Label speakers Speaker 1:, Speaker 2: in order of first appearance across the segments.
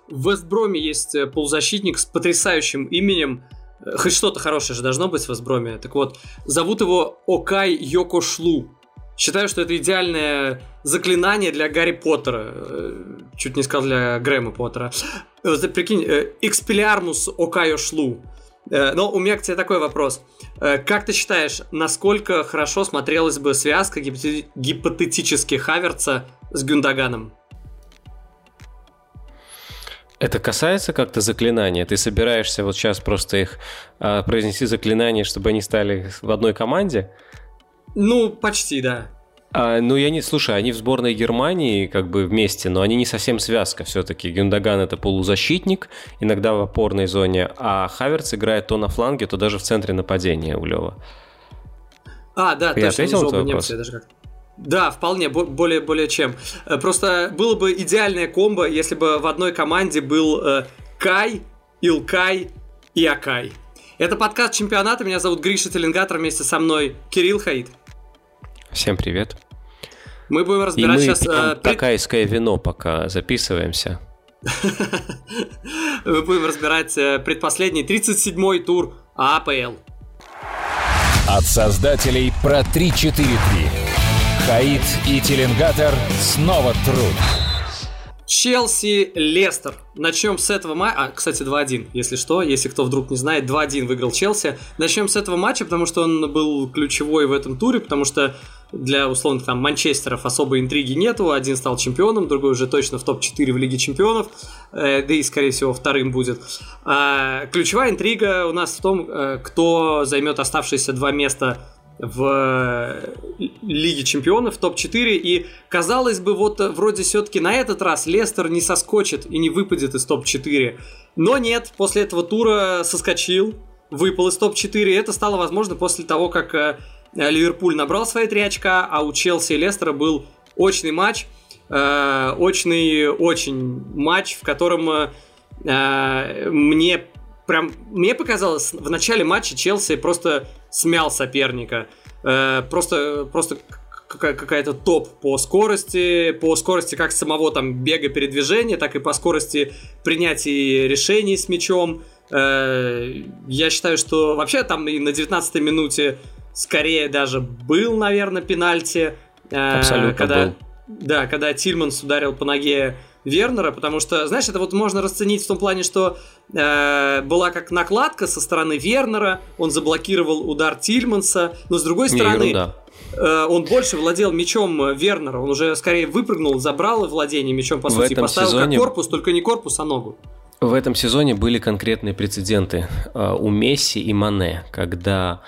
Speaker 1: в Вест-Броме есть полузащитник с потрясающим именем. Хоть что-то хорошее же должно быть в Вест-Броме. Так вот, зовут его Окай Йокошлу. Считаю, что это идеальное заклинание для Гарри Поттера. Чуть не сказал для Грэма Поттера. Вот, прикинь, Экспеллиармус Окайошлу. Но у меня к тебе такой вопрос. Как ты считаешь, насколько хорошо смотрелась бы связка гипотетически Хаверца с Гюндоганом?
Speaker 2: Это касается как-то заклинания? Ты собираешься вот сейчас просто их произнести заклинание, чтобы они стали в одной команде?
Speaker 1: Ну, почти, да.
Speaker 2: Слушай, они в сборной Германии как бы вместе, но они не совсем связка все-таки. Гюндоган — это полузащитник, иногда в опорной зоне, а Хаверц играет то на фланге, то даже в центре нападения у Лёва.
Speaker 1: Да,
Speaker 2: я
Speaker 1: точно.
Speaker 2: Ответил на твой вопрос?
Speaker 1: Да, вполне, более чем. Просто было бы идеальное комбо, если бы в одной команде был Кай, Илкай и Акай. Это подкаст чемпионата, меня зовут Гриша Теленгатор, вместе со мной Кирилл Хаид.
Speaker 2: Всем привет.
Speaker 1: Мы будем разбирать сейчас...
Speaker 2: Такайское вино, пока записываемся.
Speaker 1: Мы будем разбирать предпоследний 37-й тур АПЛ.
Speaker 3: От создателей про 3-4-3. Хаид и Теленгатор снова труд.
Speaker 1: Челси-Лестер. Начнем с этого матча. Кстати, 2-1, если что. Если кто вдруг не знает, 2-1 выиграл Челси. Начнем с этого матча, потому что он был ключевой в этом туре, потому что для условных там Манчестеров особой интриги нету. Один стал чемпионом, другой уже точно в топ-4 в Лиге Чемпионов. Да и, скорее всего, вторым будет. Ключевая интрига у нас в том, кто займет оставшиеся 2 места в Лиге Чемпионов, топ-4. И, казалось бы, вот вроде все-таки на этот раз Лестер не соскочит и не выпадет из топ-4. Но нет, после этого тура соскочил, выпал из топ-4. Это стало возможно после того, как Ливерпуль набрал свои 3 очка, а у Челси и Лестера был очный матч. Очень матч, в котором мне показалось, в начале матча Челси просто смял соперника. Просто какая-то топ по скорости как самого там бега, передвижения, так и по скорости принятия решений с мячом. Я считаю, что вообще там и на 19-й минуте скорее даже был, наверное, пенальти.
Speaker 2: Абсолютно был.
Speaker 1: Да, когда Тильманс ударил по ноге Вернера, потому что, знаешь, это вот можно расценить в том плане, что была как накладка со стороны Вернера, он заблокировал удар Тильманса, но с другой стороны, он больше владел мячом Вернера, он уже скорее выпрыгнул, забрал владение мячом, по сути, и поставил как корпус, только не корпус, а ногу.
Speaker 2: В этом сезоне были конкретные прецеденты у Месси и Мане, когда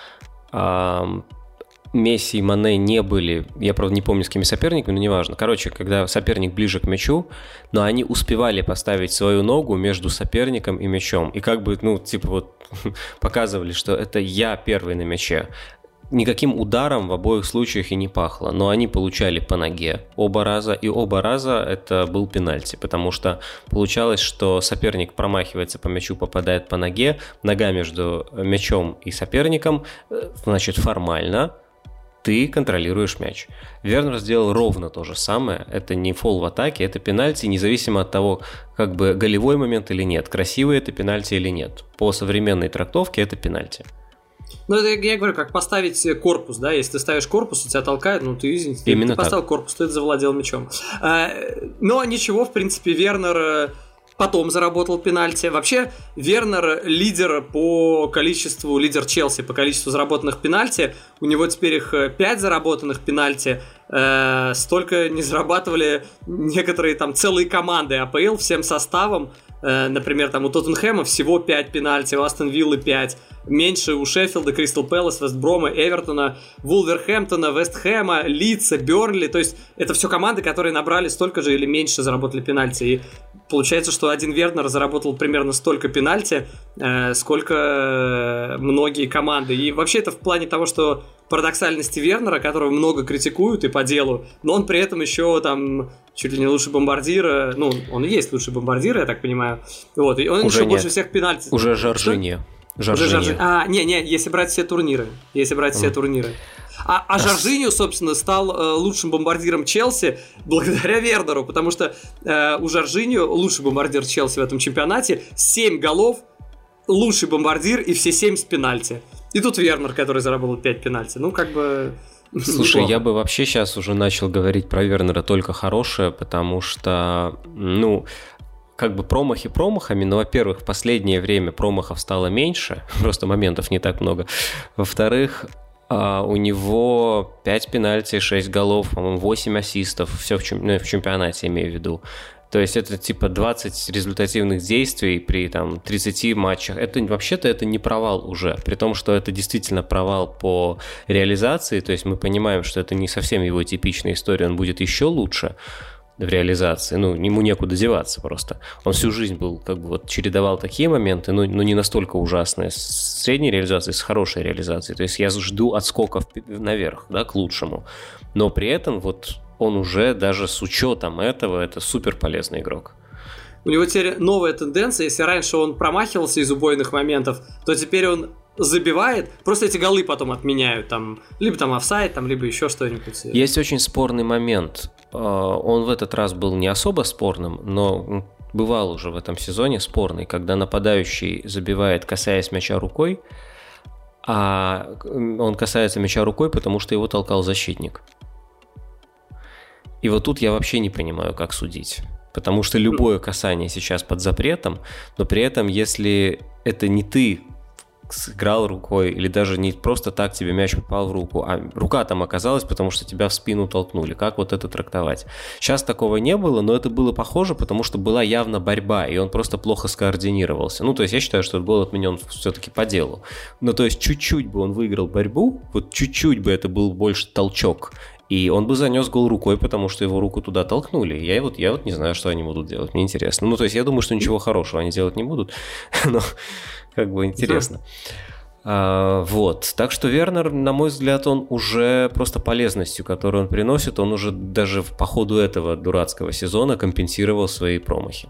Speaker 2: Месси и Мане не были, я, правда, не помню, с какими соперниками, но неважно. Короче, когда соперник ближе к мячу, но они успевали поставить свою ногу между соперником и мячом. И как бы, показывали, что это я первый на мяче. Никаким ударом в обоих случаях и не пахло, но они получали по ноге оба раза, и оба раза это был пенальти, потому что получалось, что соперник промахивается по мячу, попадает по ноге, нога между мячом и соперником, значит, формально ты контролируешь мяч. Вернер сделал ровно то же самое, это не фол в атаке, это пенальти, независимо от того, как бы голевой момент или нет, красивый это пенальти или нет. По современной трактовке это пенальти.
Speaker 1: Ну, это, я говорю, как поставить корпус, да, если ты ставишь корпус, и тебя толкают, ты, извините, ты поставил корпус, ты завладел мячом. Но ничего, в принципе, Вернер потом заработал пенальти. Вообще, Вернер лидер Челси по количеству заработанных пенальти. У него теперь их 5 заработанных пенальти. Столько не зарабатывали некоторые там целые команды АПЛ всем составом. Например, там у Тоттенхэма всего 5 пенальти, у Астон Виллы 5. Меньше у Шеффилда, Кристал Пэлас, Вестброма, Эвертона, Вулверхэмптона, Вестхэма, Лидса, Бёрнли. То есть это все команды, которые набрали столько же или меньше заработали пенальти. И получается, что один Вернер заработал примерно столько пенальти, сколько многие команды. И вообще это в плане того, что парадоксальности Вернера, которого много критикуют и по делу, но он при этом еще там чуть ли не лучший бомбардир. Ну, он и есть лучший бомбардир, я так понимаю. Вот, и он уже еще нет. Больше всех пенальти.
Speaker 2: Уже Жоржиньо.
Speaker 1: Не, если брать все турниры. А Жоржиньо, собственно, стал лучшим бомбардиром Челси благодаря Вернеру, потому что у Жоржиньо лучший бомбардир Челси в этом чемпионате, 7 голов, лучший бомбардир и все 7 с пенальти. И тут Вернер, который заработал 5 пенальти. Ну, как бы...
Speaker 2: Слушай, я бы вообще сейчас уже начал говорить про Вернера только хорошее, потому что, ну... Как бы промахи промахами, но, во-первых, в последнее время промахов стало меньше, просто моментов не так много. Во-вторых, у него 5 пенальти, 6 голов, по-моему, 8 ассистов, все в чемпионате, имею в виду. То есть это типа 20 результативных действий при там 30 матчах. Это вообще-то это не провал уже, при том, что это действительно провал по реализации, то есть мы понимаем, что это не совсем его типичная история, он будет еще лучше в реализации, ну, ему некуда деваться просто. Он всю жизнь был, как бы, вот, чередовал такие моменты, но не настолько ужасные, с средней реализацией, с хорошей реализацией. То есть я жду отскоков наверх, да, к лучшему. Но при этом вот он уже даже с учетом этого, это супер полезный игрок.
Speaker 1: У него теперь новая тенденция, если раньше он промахивался из убойных моментов, то теперь он забивает, просто эти голы потом отменяют, там, либо там офсайд, там, либо еще что-нибудь.
Speaker 2: Есть очень спорный момент. Он в этот раз был не особо спорным, но бывал уже в этом сезоне спорный, когда нападающий забивает, касаясь мяча рукой, а он касается мяча рукой, потому что его толкал защитник. И вот тут я вообще не понимаю, как судить. Потому что любое касание сейчас под запретом, но при этом, если это не ты сыграл рукой, или даже не просто так тебе мяч попал в руку, а рука там оказалась, потому что тебя в спину толкнули. Как вот это трактовать? Сейчас такого не было, но это было похоже, потому что была явно борьба, и он просто плохо скоординировался. Ну, то есть я считаю, что этот гол отменен все-таки по делу. Ну, то есть чуть-чуть бы он выиграл борьбу, вот чуть-чуть бы это был больше толчок, и он бы занес гол рукой, потому что его руку туда толкнули. Я вот не знаю, что они будут делать, мне интересно. Ну, то есть я думаю, что ничего хорошего они делать не будут, но как бы интересно. Вот. Так что Вернер, на мой взгляд, он уже просто полезностью, которую он приносит, он уже даже по ходу этого дурацкого сезона компенсировал свои промахи.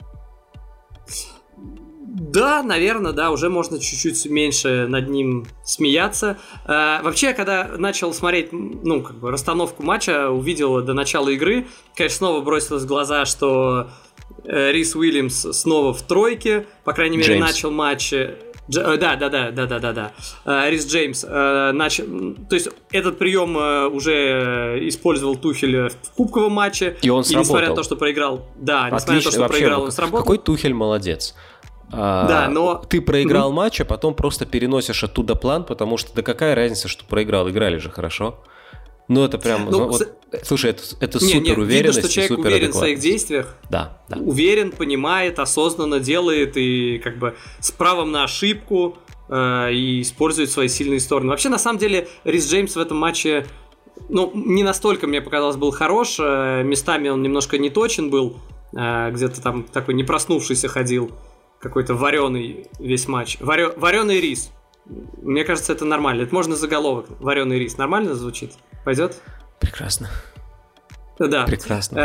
Speaker 1: Да, наверное, да, уже можно чуть-чуть меньше над ним смеяться. Вообще, когда начал смотреть, ну, как бы расстановку матча, увидел до начала игры, конечно, снова бросилось в глаза, что Рис Уильямс снова в тройке, по крайней мере, начал матч. Да. Рис Джеймс начал. То есть этот прием уже использовал Тухель в кубковом матче.
Speaker 2: И он сработал.
Speaker 1: Несмотря на то, что проиграл. Да,
Speaker 2: отлично,
Speaker 1: несмотря на то, что
Speaker 2: вообще,
Speaker 1: проиграл, он сработал.
Speaker 2: Какой Тухель молодец.
Speaker 1: Да, но...
Speaker 2: Ты проиграл матч, а потом просто переносишь оттуда план, потому что да какая разница, что проиграл, играли же хорошо. Ну, это прям... слушай, это супер уверенность.
Speaker 1: Видно, что человек уверен в своих действиях.
Speaker 2: Да.
Speaker 1: Уверен, понимает, осознанно делает и как бы с правом на ошибку и использует свои сильные стороны. Вообще, на самом деле, Рис Джеймс в этом матче, ну, не настолько, мне показалось, был хорош. Местами он немножко неточен был. Где-то там такой не проснувшийся ходил. Какой-то вареный весь матч. Вареный рис. Мне кажется, это нормально. Это можно заголовок. Вареный рис. Нормально звучит? Пойдет?
Speaker 2: Прекрасно.
Speaker 1: Да.
Speaker 2: Прекрасно.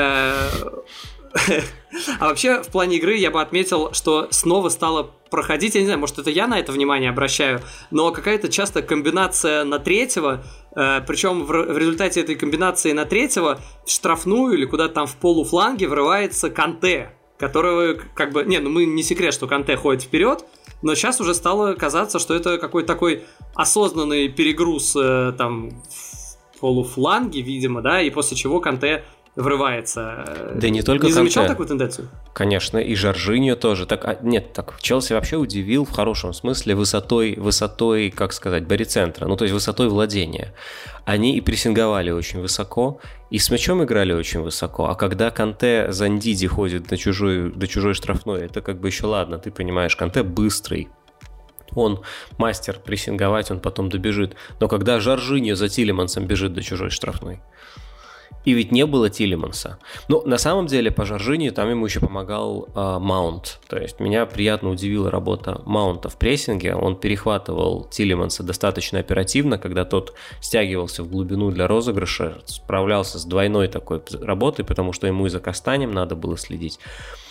Speaker 1: А вообще, в плане игры я бы отметил, что снова стало проходить, я не знаю, может, это я на это внимание обращаю, но какая-то часто комбинация на третьего, причем в результате этой комбинации на третьего в штрафную или куда-то там в полуфланге врывается Канте, которого как бы... мы не секрет, что Канте ходит вперед, но сейчас уже стало казаться, что это какой-то такой осознанный перегруз там в полуфланге, видимо, да, и после чего Канте врывается.
Speaker 2: Да не только
Speaker 1: не
Speaker 2: Канте.
Speaker 1: Замечал такую тенденцию?
Speaker 2: Конечно, и Жоржиньо тоже. Челси вообще удивил в хорошем смысле высотой, как сказать, барицентра, ну то есть высотой владения. Они и прессинговали очень высоко, и с мячом играли очень высоко, а когда Канте за Ндиди ходит до чужой штрафной, это как бы еще ладно, ты понимаешь, Канте быстрый, он мастер прессинговать, он потом добежит, но когда Жоржиньо за Тилемансом бежит до чужой штрафной, и ведь не было Тилеманса. Но на самом деле по Жоржиньо там ему еще помогал Маунт. То есть меня приятно удивила работа Маунта в прессинге. Он перехватывал Тилеманса достаточно оперативно, когда тот стягивался в глубину для розыгрыша, справлялся с двойной такой работой, потому что ему и за Кастанем надо было следить.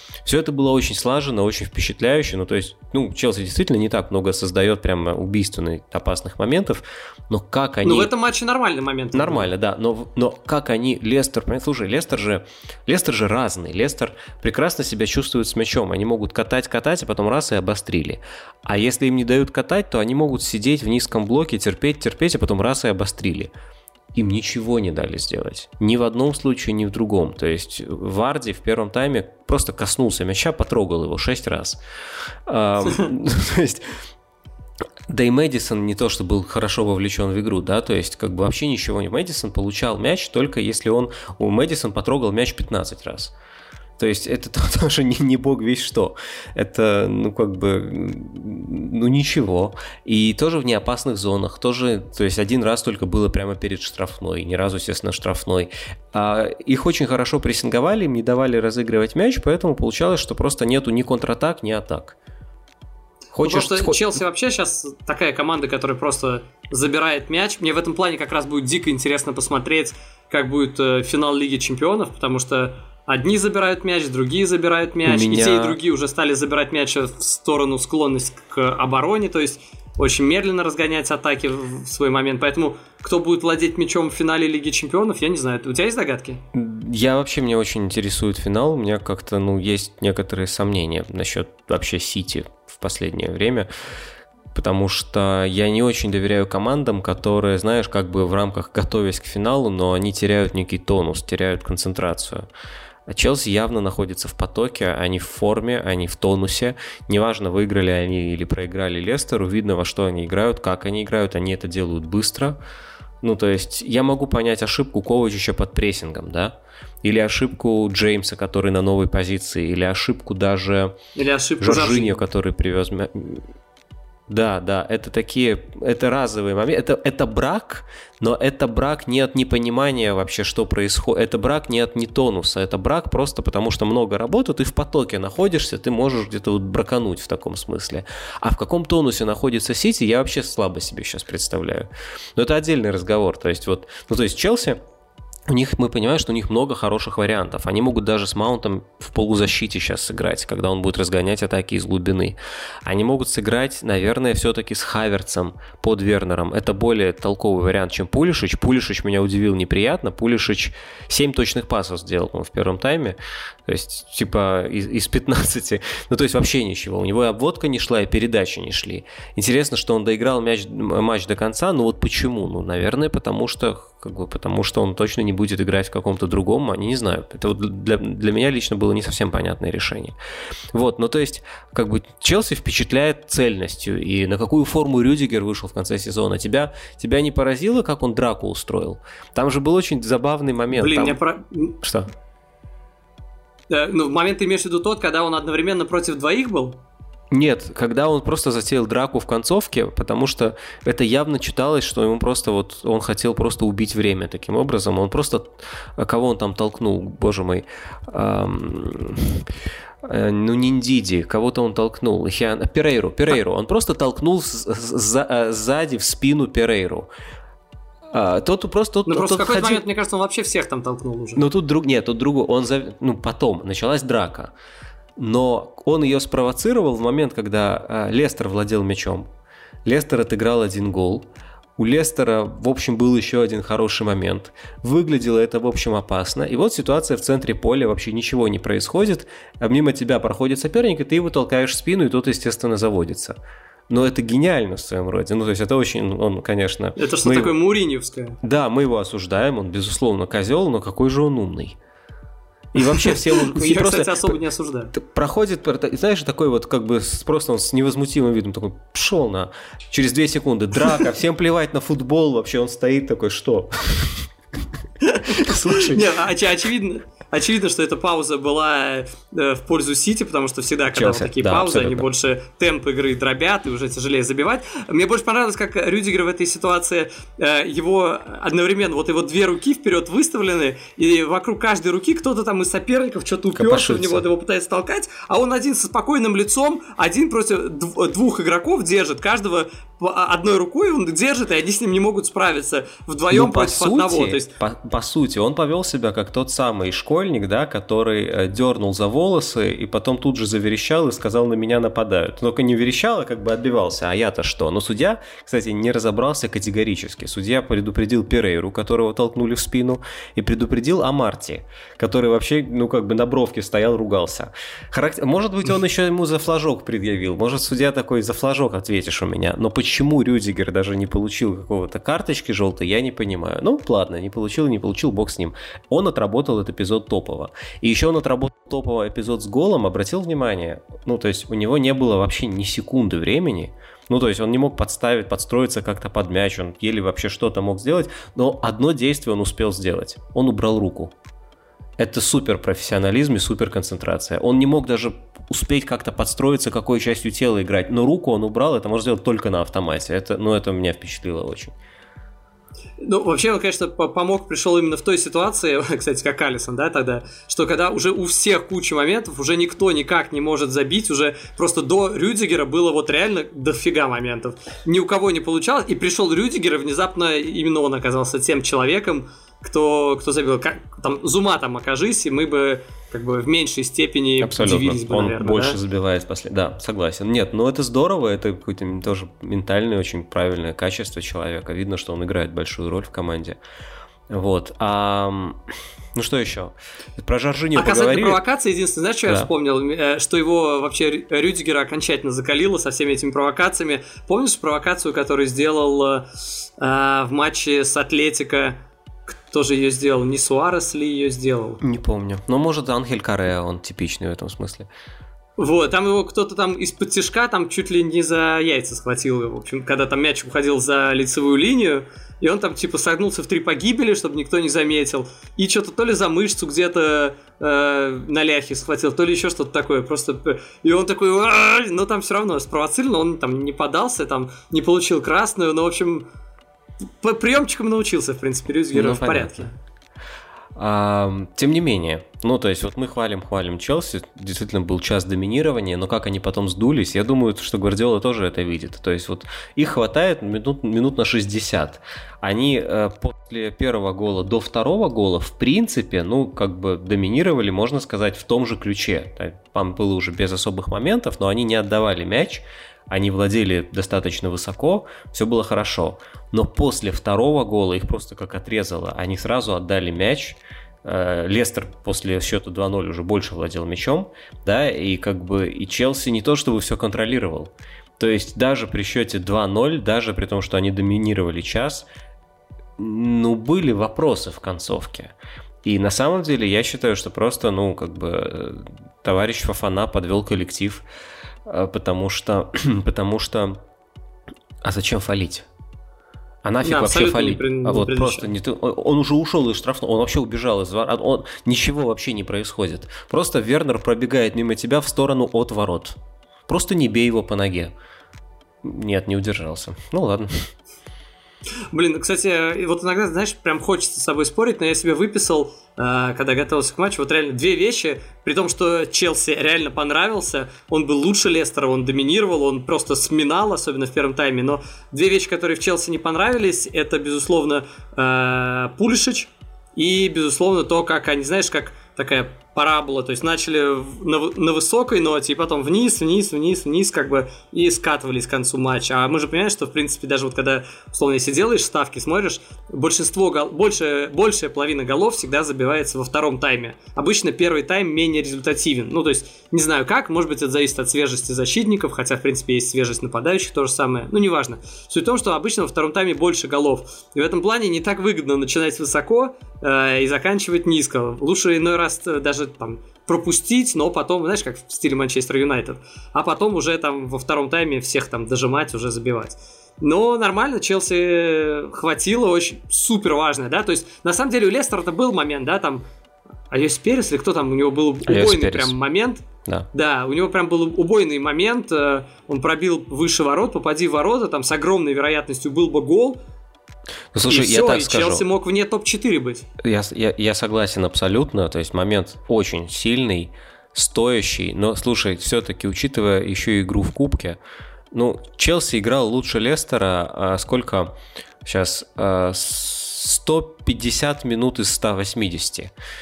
Speaker 2: Все это было очень слаженно, очень впечатляюще. Ну, то есть, Челси действительно не так много создает прямо убийственных, опасных моментов, но как они...
Speaker 1: в этом матче нормальный момент.
Speaker 2: Нормально, да, но как они... Лестер, понимаете, слушай, Лестер же разный. Лестер прекрасно себя чувствует с мячом. Они могут катать, а потом раз и обострили. А если им не дают катать, то они могут сидеть в низком блоке, терпеть, а потом раз и обострили. Им ничего не дали сделать. Ни в одном случае, ни в другом. То есть Варди в первом тайме просто коснулся мяча, потрогал его 6 раз. То есть... Да и Мэдисон не то, что был хорошо вовлечен в игру, да, то есть как бы вообще ничего не... Мэдисон получал мяч только если у Мэдисон потрогал мяч 15 раз. То есть это тоже не бог весь что. Это, ничего. И тоже в неопасных зонах. Тоже, то есть один раз только было прямо перед штрафной. Ни разу, естественно, штрафной. Их очень хорошо прессинговали, им не давали разыгрывать мяч, поэтому получалось, что просто нету ни контратак, ни атак.
Speaker 1: Просто Челси вообще сейчас такая команда, которая просто забирает мяч. Мне в этом плане как раз будет дико интересно посмотреть, как будет финал Лиги Чемпионов, потому что одни забирают мяч, другие забирают мяч, и те, и другие уже стали забирать мяч в сторону склонность к обороне, то есть очень медленно разгонять атаки в свой момент. Поэтому кто будет владеть мячом в финале Лиги Чемпионов, я не знаю. У тебя есть догадки?
Speaker 2: Мне очень интересует финал. У меня как-то, есть некоторые сомнения насчет вообще Сити в последнее время. Потому что я не очень доверяю командам, которые, знаешь, как бы в рамках готовясь к финалу, но они теряют некий тонус, теряют концентрацию. А Челси явно находится в потоке, они в форме, они в тонусе. Неважно, выиграли они или проиграли Лестеру, видно, во что они играют, как они играют, они это делают быстро. То есть я могу понять ошибку Ковачича под прессингом, да? Или ошибку Джеймса, который на новой позиции, или ошибку даже Жоржиньо, который привез... Да, это разовые моменты, это брак, но это брак не от непонимания вообще, что происходит, это брак не от нетонуса, это брак просто потому, что много работы, ты в потоке находишься, ты можешь где-то бракануть в таком смысле. А в каком тонусе находится Сити, я вообще слабо себе сейчас представляю. Но это отдельный разговор, то есть Челси... Мы понимаем, что у них много хороших вариантов. Они могут даже с Маунтом в полузащите сейчас сыграть, когда он будет разгонять атаки из глубины. Они могут сыграть, наверное, все-таки с Хаверцем под Вернером. Это более толковый вариант, чем Пулишич. Пулишич меня удивил неприятно. Пулишич 7 точных пасов сделал в первом тайме. То есть, из 15. То есть, вообще ничего. У него и обводка не шла, и передачи не шли. Интересно, что он доиграл матч до конца. Почему? Наверное, потому что он точно не будет играть в каком-то другом, не знаю. Это для меня лично было не совсем понятное решение. То есть, Челси впечатляет цельностью. И на какую форму Рюдигер вышел в конце сезона? Тебя не поразило, как он драку устроил? Там же был очень забавный момент. Что?
Speaker 1: Момент ты имеешь в виду тот, когда он одновременно против двоих был?
Speaker 2: Нет, когда он просто затеял драку в концовке, потому что это явно читалось, что ему просто он хотел просто убить время таким образом. Он просто... Кого он там толкнул, боже мой? Не Ндиди, кого-то он толкнул. Перейру. Он просто толкнул сзади в спину Перейру.
Speaker 1: Просто в какой-то момент, мне кажется, он вообще всех там толкнул уже.
Speaker 2: Тут другой. Потом началась драка. Но он ее спровоцировал в момент, когда Лестер владел мячом. Лестер отыграл 1 гол. У Лестера, в общем, был еще один хороший момент. Выглядело это, в общем, опасно. И ситуация в центре поля, вообще ничего не происходит. А мимо тебя проходит соперник, и ты его толкаешь в спину, и тот, естественно, заводится. Но это гениально в своем роде. То есть это очень, он, конечно...
Speaker 1: Это что такое Муриньевское?
Speaker 2: Да, мы его осуждаем, он, безусловно, козел, но какой же он умный. И вообще все...
Speaker 1: Я, кстати, особо не осуждаю.
Speaker 2: Проходит, знаешь, такой просто он с невозмутимым видом такой, пшел на... Через 2 секунды драка, всем плевать на футбол, вообще он стоит такой, что?
Speaker 1: Слушай... Нет, очевидно, что эта пауза была в пользу Сити, потому что всегда, когда такие паузы, они больше темп игры дробят, и уже тяжелее забивать. Мне больше понравилось, как Рюдигер в этой ситуации, его одновременно, его 2 руки вперед выставлены, и вокруг каждой руки кто-то там из соперников что-то уперся в него, его пытается толкать, а он один со спокойным лицом, один против 2 игроков держит, каждого одной рукой он держит, и они с ним не могут справиться вдвоем против одного.
Speaker 2: По сути, он повел себя как тот самый школьник, школьник, да, который дернул за волосы и потом тут же заверещал и сказал: на меня нападают. Только не верещал, а как бы отбивался. А я-то что? Но судья, кстати, не разобрался категорически. Судья предупредил Перейру, которого толкнули в спину, и предупредил Амарти, который вообще, ну, как бы на бровке стоял, ругался. Может быть, он еще ему за флажок предъявил. Может, судья такой: за флажок ответишь у меня. Но почему Рюдигер даже не получил какого-то карточки желтой, я не понимаю. Ну, ладно, не получил, бог с ним. Он отработал этот эпизод топово. И еще он отработал топово эпизод с голом, обратил внимание, ну, то есть у него не было вообще ни секунды времени. Ну, то есть он не мог подстроиться как-то под мяч, он еле вообще что-то мог сделать, но одно действие он успел сделать. Он убрал руку. Это супер профессионализм и супер концентрация. Он не мог даже успеть как-то подстроиться, какой частью тела играть, но руку он убрал, это можно сделать только на автомате. Это меня впечатлило очень.
Speaker 1: Ну, вообще, он, конечно, пришел именно в той ситуации, кстати, как Алисон, да, тогда, что когда уже у всех куча моментов, уже никто никак не может забить, уже просто до Рюдигера было вот реально дофига моментов. Ни у кого не получалось, и пришел Рюдигер, и внезапно именно он оказался тем человеком, кто забил. Там Зума там окажись, и мы бы как бы в меньшей степени удивились бы, наверное.
Speaker 2: Он больше забивает Да, согласен. Нет, ну это здорово, это какое-то тоже ментальное, очень правильное качество человека. Видно, что он играет большую роль в команде. Вот. Ну что еще? Про Жоржиньо поговорили.
Speaker 1: Касательно провокации, единственное, знаешь, что я вспомнил? Что его вообще Рюдигера окончательно закалило со всеми этими провокациями. Помнишь провокацию, которую сделал в матче с Атлетико? Кто же ее сделал? Не Суарес ли ее сделал?
Speaker 2: Не помню. Но может Анхель Корреа, он типичный в этом смысле.
Speaker 1: Вот, там его кто-то там из-под тишка там чуть ли не за яйца схватил. В общем, когда там мяч уходил за лицевую линию, и он там типа согнулся в 3 погибели, чтобы никто не заметил. И что-то то ли за мышцу где-то на ляхе схватил, то ли еще что-то такое. Просто... И он такой... Но там все равно спровоцировано, он там не подался, там не получил красную, но, в общем... По приемчикам научился, в принципе, Рюдигер в порядке.
Speaker 2: Тем не менее, ну, то есть, вот мы хвалим Челси, действительно был час доминирования, но как они потом сдулись, я думаю, что Гвардиола тоже это видит. То есть, вот их хватает минут на 60. Они после первого гола до второго гола, в принципе, ну, как бы доминировали, можно сказать, в том же ключе. Там было уже без особых моментов, но они не отдавали мяч, они владели достаточно высоко, все было хорошо. Но после второго гола их просто как отрезало. Они сразу отдали мяч. Лестер после счета 2-0 уже больше владел мячом, да, и как бы и Челси не то чтобы все контролировал. То есть даже при счете 2-0, даже при том, что они доминировали час, ну, были вопросы в концовке. И на самом деле я считаю, что просто, ну, как бы товарищ Фофана подвел коллектив. Потому что... А зачем фалить? А нафиг вообще фалить? Вот просто он уже ушел из штрафного, он вообще убежал из ворот, ничего вообще не происходит. Просто Вернер пробегает мимо тебя в сторону от ворот. Просто не бей его по ноге. Нет, не удержался. Ну ладно.
Speaker 1: Блин, кстати, вот иногда, знаешь, прям хочется с собой спорить, но я себе выписал, когда готовился к матчу, вот реально 2 вещи, при том, что Челси реально понравился, он был лучше Лестера, он доминировал, он просто сминал, особенно в первом тайме, но 2 вещи, которые в Челси не понравились, это, безусловно, Пулишич и, безусловно, то, как они, знаешь, как такая парабола, то есть начали на высокой ноте, и потом вниз, как бы, и скатывались к концу матча. А мы же понимаем, что, в принципе, даже вот когда, условно, если делаешь ставки, смотришь, большая половина голов всегда забивается во втором тайме. Обычно первый тайм менее результативен. Ну, то есть, не знаю как, может быть, это зависит от свежести защитников, хотя, в принципе, есть свежесть нападающих, то же самое. Ну, неважно. Суть в том, что обычно во втором тайме больше голов. И в этом плане не так выгодно начинать высоко и заканчивать низко. Лучше иной раз даже там пропустить, но потом, знаешь, как в стиле Манчестер Юнайтед, а потом уже там во втором тайме всех там дожимать, уже забивать. Но нормально, Челси хватило, очень супер важно, да, то есть на самом деле у Лестера-то был момент, да, там Айос Перес или кто там, у него был убойный прям момент. Да, у него прям был убойный момент, он пробил выше ворот, попади в ворота, там с огромной вероятностью был бы гол.
Speaker 2: Ну, слушай,
Speaker 1: и все, Челси мог вне топ-4 быть.
Speaker 2: Я согласен абсолютно, то есть момент очень сильный, стоящий, но, слушай, все-таки, учитывая еще игру в Кубке, ну, Челси играл лучше Лестера, сколько сейчас, 150 минут из 180.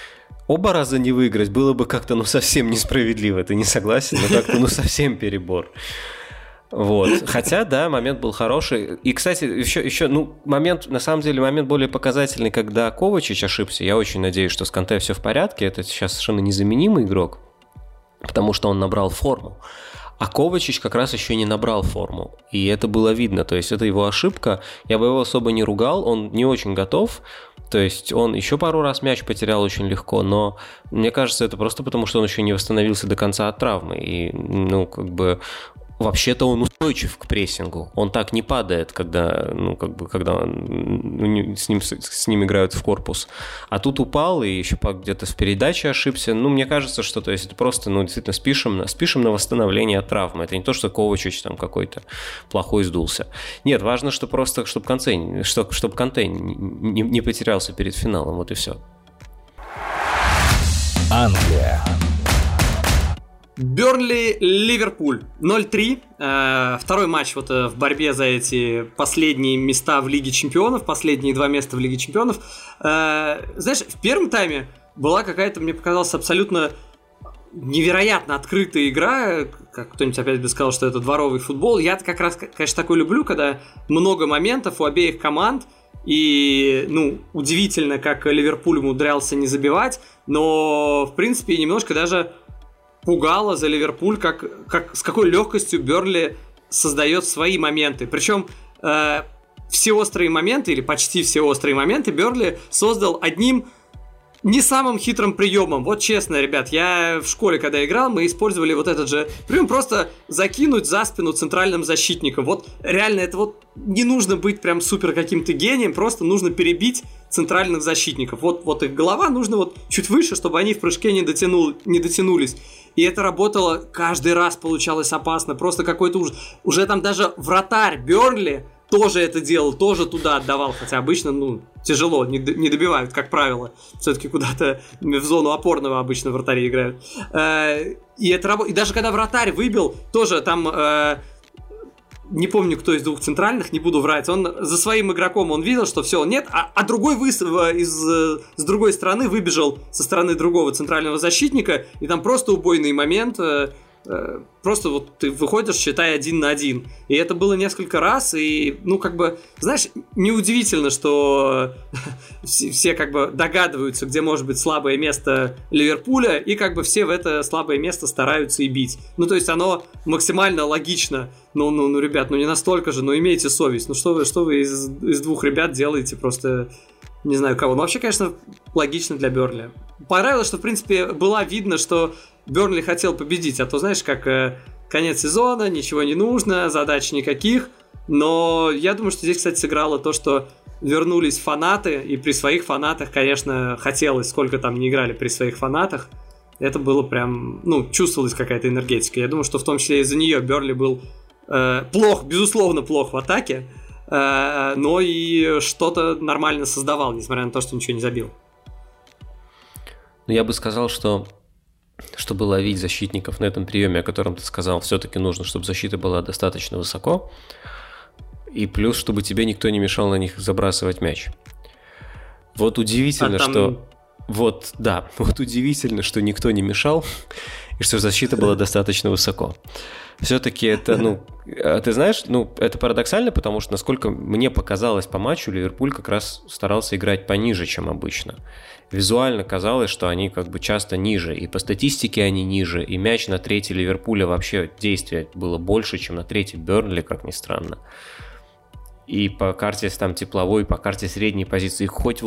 Speaker 2: оба раза не выиграть было бы как-то, совсем несправедливо. Ты не согласен? Как-то, совсем перебор. Вот. Хотя, да, момент был хороший. И, кстати, еще момент, на самом деле, момент более показательный, когда Ковачич ошибся. Я очень надеюсь, что с Канте все в порядке. Это сейчас совершенно незаменимый игрок, потому что он набрал форму. А Ковачич как раз еще не набрал форму. И это было видно. То есть это его ошибка. Я бы его особо не ругал. Он не очень готов. То есть он еще пару раз мяч потерял очень легко. Но мне кажется, это просто потому, что он еще не восстановился до конца от травмы. И, вообще-то он устойчив к прессингу. Он так не падает, когда с ним играют в корпус. А тут упал и еще где-то в передаче ошибся. Мне кажется, что то есть это просто действительно спишем на восстановление от травмы. Это не то, что Ковачич там какой-то плохой сдулся. Нет, важно, что просто, чтобы Канте не потерялся перед финалом. Вот и все.
Speaker 3: Англия.
Speaker 1: Бернли-Ливерпуль 0-3. Второй матч в борьбе за эти последние места в Лиге Чемпионов, последние 2 места в Лиге Чемпионов. Знаешь, в первом тайме была какая-то, мне показалось, абсолютно невероятно открытая игра. Как кто-нибудь опять бы сказал, что это дворовый футбол. Я как раз, конечно, такой люблю, когда много моментов у обеих команд. И, удивительно, как Ливерпуль умудрялся не забивать. Но, в принципе, немножко даже пугало за Ливерпуль, с какой легкостью Бернли создает свои моменты. Причем все острые моменты, или почти все острые моменты, Бернли создал одним не самым хитрым приемом. Вот честно, ребят, я в школе, когда играл, мы использовали вот этот же прием, просто закинуть за спину центральным защитником. Вот реально, это не нужно быть прям супер каким-то гением, просто нужно перебить центральных защитников. Вот их голова нужно чуть выше, чтобы они в прыжке не дотянулись. И это работало каждый раз, получалось опасно. Просто какой-то ужас. Уже там даже вратарь Бернли тоже это делал, тоже туда отдавал. Хотя обычно, тяжело, не добивают, как правило. Все-таки куда-то в зону опорного обычно вратари играют. И это работало. И даже когда вратарь выбил, тоже там... не помню, кто из двух центральных, не буду врать. Он за своим игроком он видел, что все, нет, а другой с другой стороны выбежал со стороны другого центрального защитника, и там просто убойный момент. Просто ты выходишь, считай 1 на 1. И это было несколько раз, и, знаешь, неудивительно, что все догадываются, где может быть слабое место Ливерпуля, и все в это слабое место стараются и бить. То есть оно максимально логично. Ребят, не настолько же, имейте совесть. Что вы из 2 ребят делаете, просто не знаю кого. Вообще, конечно, логично для Бернли. Понравилось, что, в принципе, было видно, что Бернли хотел победить, а то, знаешь, как конец сезона, ничего не нужно, задач никаких. Но я думаю, что здесь, кстати, сыграло то, что вернулись фанаты, и при своих фанатах, конечно, хотелось, сколько там не играли при своих фанатах, это было прям, чувствовалась какая-то энергетика. Я думаю, что в том числе из-за нее Бернли был безусловно плох в атаке, но и что-то нормально создавал, несмотря на то, что ничего не забил.
Speaker 2: Я бы сказал, что чтобы ловить защитников на этом приеме, о котором ты сказал, все-таки нужно, чтобы защита была достаточно высоко, и плюс, чтобы тебе никто не мешал на них забрасывать мяч. Вот удивительно, что... удивительно, что никто не мешал, и что защита была достаточно высоко. Все-таки это, ты знаешь, это парадоксально, потому что, насколько мне показалось по матчу, Ливерпуль как раз старался играть пониже, чем обычно. Визуально казалось, что они часто ниже, и по статистике они ниже, и мяч на трети Ливерпуля вообще действия было больше, чем на трети Бернли, как ни странно. И по карте там тепловой, по карте средней позиции, хоть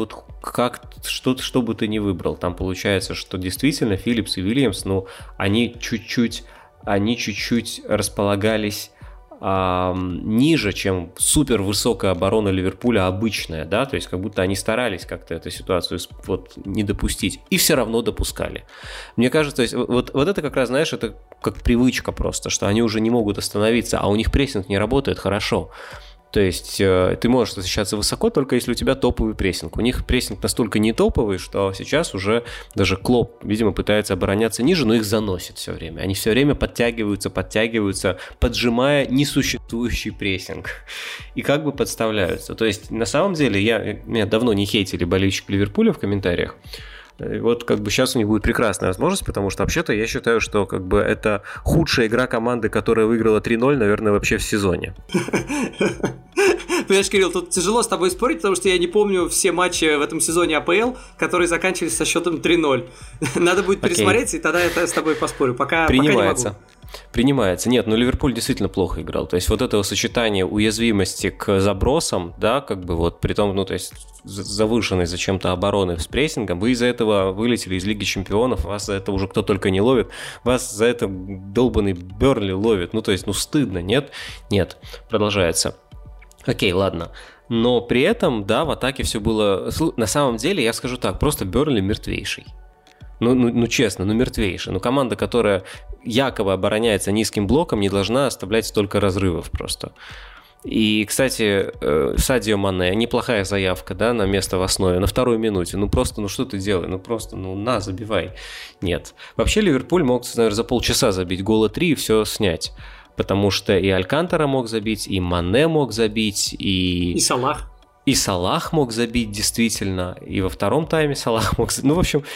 Speaker 2: что бы ты ни выбрал, там получается, что действительно Филлипс и Уильямс, они чуть-чуть располагались ниже, чем супер высокая оборона Ливерпуля обычная, да, то есть как будто они старались как-то эту ситуацию не допустить, и все равно допускали. Мне кажется, вот это как раз, знаешь, это как привычка просто, что они уже не могут остановиться, а у них прессинг не работает хорошо. То есть ты можешь защищаться высоко, только если у тебя топовый прессинг. У них прессинг настолько не топовый, что сейчас уже даже Клоп, видимо, пытается обороняться ниже, но их заносит все время. Они все время подтягиваются, поджимая несуществующий прессинг. И подставляются. То есть на самом деле меня давно не хейтили болельщики Ливерпуля в комментариях. И вот как бы сейчас у них будет прекрасная возможность, потому что вообще-то я считаю, что как бы это худшая игра команды, которая выиграла 3-0, наверное, вообще в сезоне.
Speaker 1: Понимаешь, Кирилл, тут тяжело с тобой спорить, потому что я не помню все матчи в этом сезоне АПЛ, которые заканчивались со счетом 3-0. Надо будет пересмотреть, и тогда я с тобой поспорю. Пока не могу.
Speaker 2: Принимается. Нет, Ливерпуль действительно плохо играл. То есть вот этого сочетания уязвимости к забросам, да, как бы вот при том, то есть завышенной зачем-то обороны с прессингом, вы из-за этого вылетели из Лиги Чемпионов, вас за это уже кто только не ловит, вас за это долбанный Бернли ловит. То есть, стыдно, нет? Нет. Продолжается. Окей, ладно. Но при этом, да, в атаке все было... На самом деле, я скажу так, просто Бернли мертвейший. Честно, мертвейший. Команда, которая якобы обороняется низким блоком, не должна оставлять столько разрывов просто. И, кстати, Садио Мане, неплохая заявка, да, на место в основе, на второй минуте. Что ты делаешь? Забивай. Нет. Вообще Ливерпуль мог, наверное, за полчаса забить гола 3 и все снять. Потому что и Алькантара мог забить, и Мане мог забить, и
Speaker 1: Салах.
Speaker 2: И Салах мог забить, действительно. И во втором тайме Салах мог забить. В общем,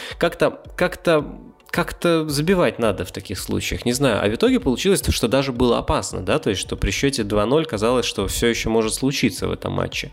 Speaker 2: как-то забивать надо в таких случаях. Не знаю. А в итоге получилось, что даже было опасно, да? То есть, что при счете 2-0 казалось, что все еще может случиться в этом матче.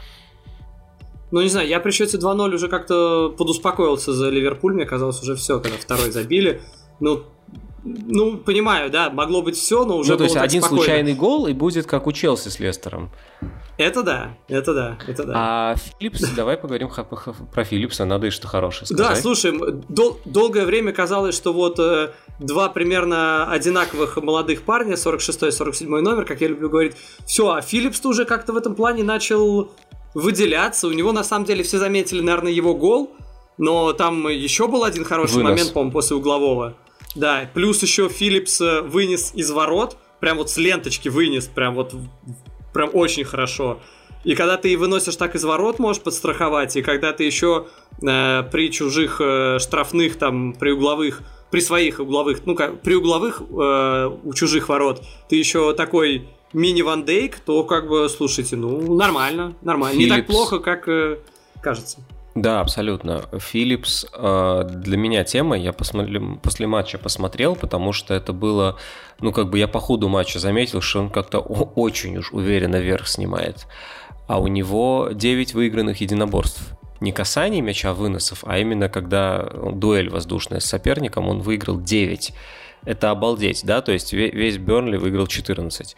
Speaker 1: Не знаю, я при счете 2-0 уже как-то подуспокоился за Ливерпуль. Мне казалось, уже все, когда второй забили. Понимаю, да, могло быть все, но уже было так спокойно.
Speaker 2: То есть, один случайный гол, и будет как у Челси с Лестером.
Speaker 1: Это да.
Speaker 2: А Филлипс, давай поговорим про Филлипса, надо и что хорошее сказать.
Speaker 1: Да, слушай, долгое время казалось, что вот два примерно одинаковых молодых парня, 46-й и 47-й номер, как я люблю говорить, все, а Филлипс-то уже как-то в этом плане начал выделяться. У него, на самом деле, все заметили, наверное, его гол, но там еще был один хороший момент, по-моему, после углового. Да, плюс еще Филлипс вынес из ворот, прям вот с ленточки вынес, прям очень хорошо. И когда ты выносишь так из ворот, можешь подстраховать, и когда ты еще при чужих штрафных, там, при своих угловых, при угловых у чужих ворот, ты еще такой мини-Ван Дейк, то слушайте, нормально. Филлипс. Не так плохо, как кажется.
Speaker 2: Да, абсолютно. Филлипс для меня тема, я после матча посмотрел, потому что это было, я по ходу матча заметил, что он как-то очень уж уверенно вверх снимает. А у него 9 выигранных единоборств. Не касаний мяча, выносов, а именно когда дуэль воздушная с соперником, он выиграл 9. Это обалдеть, да? То есть весь Бернли выиграл 14.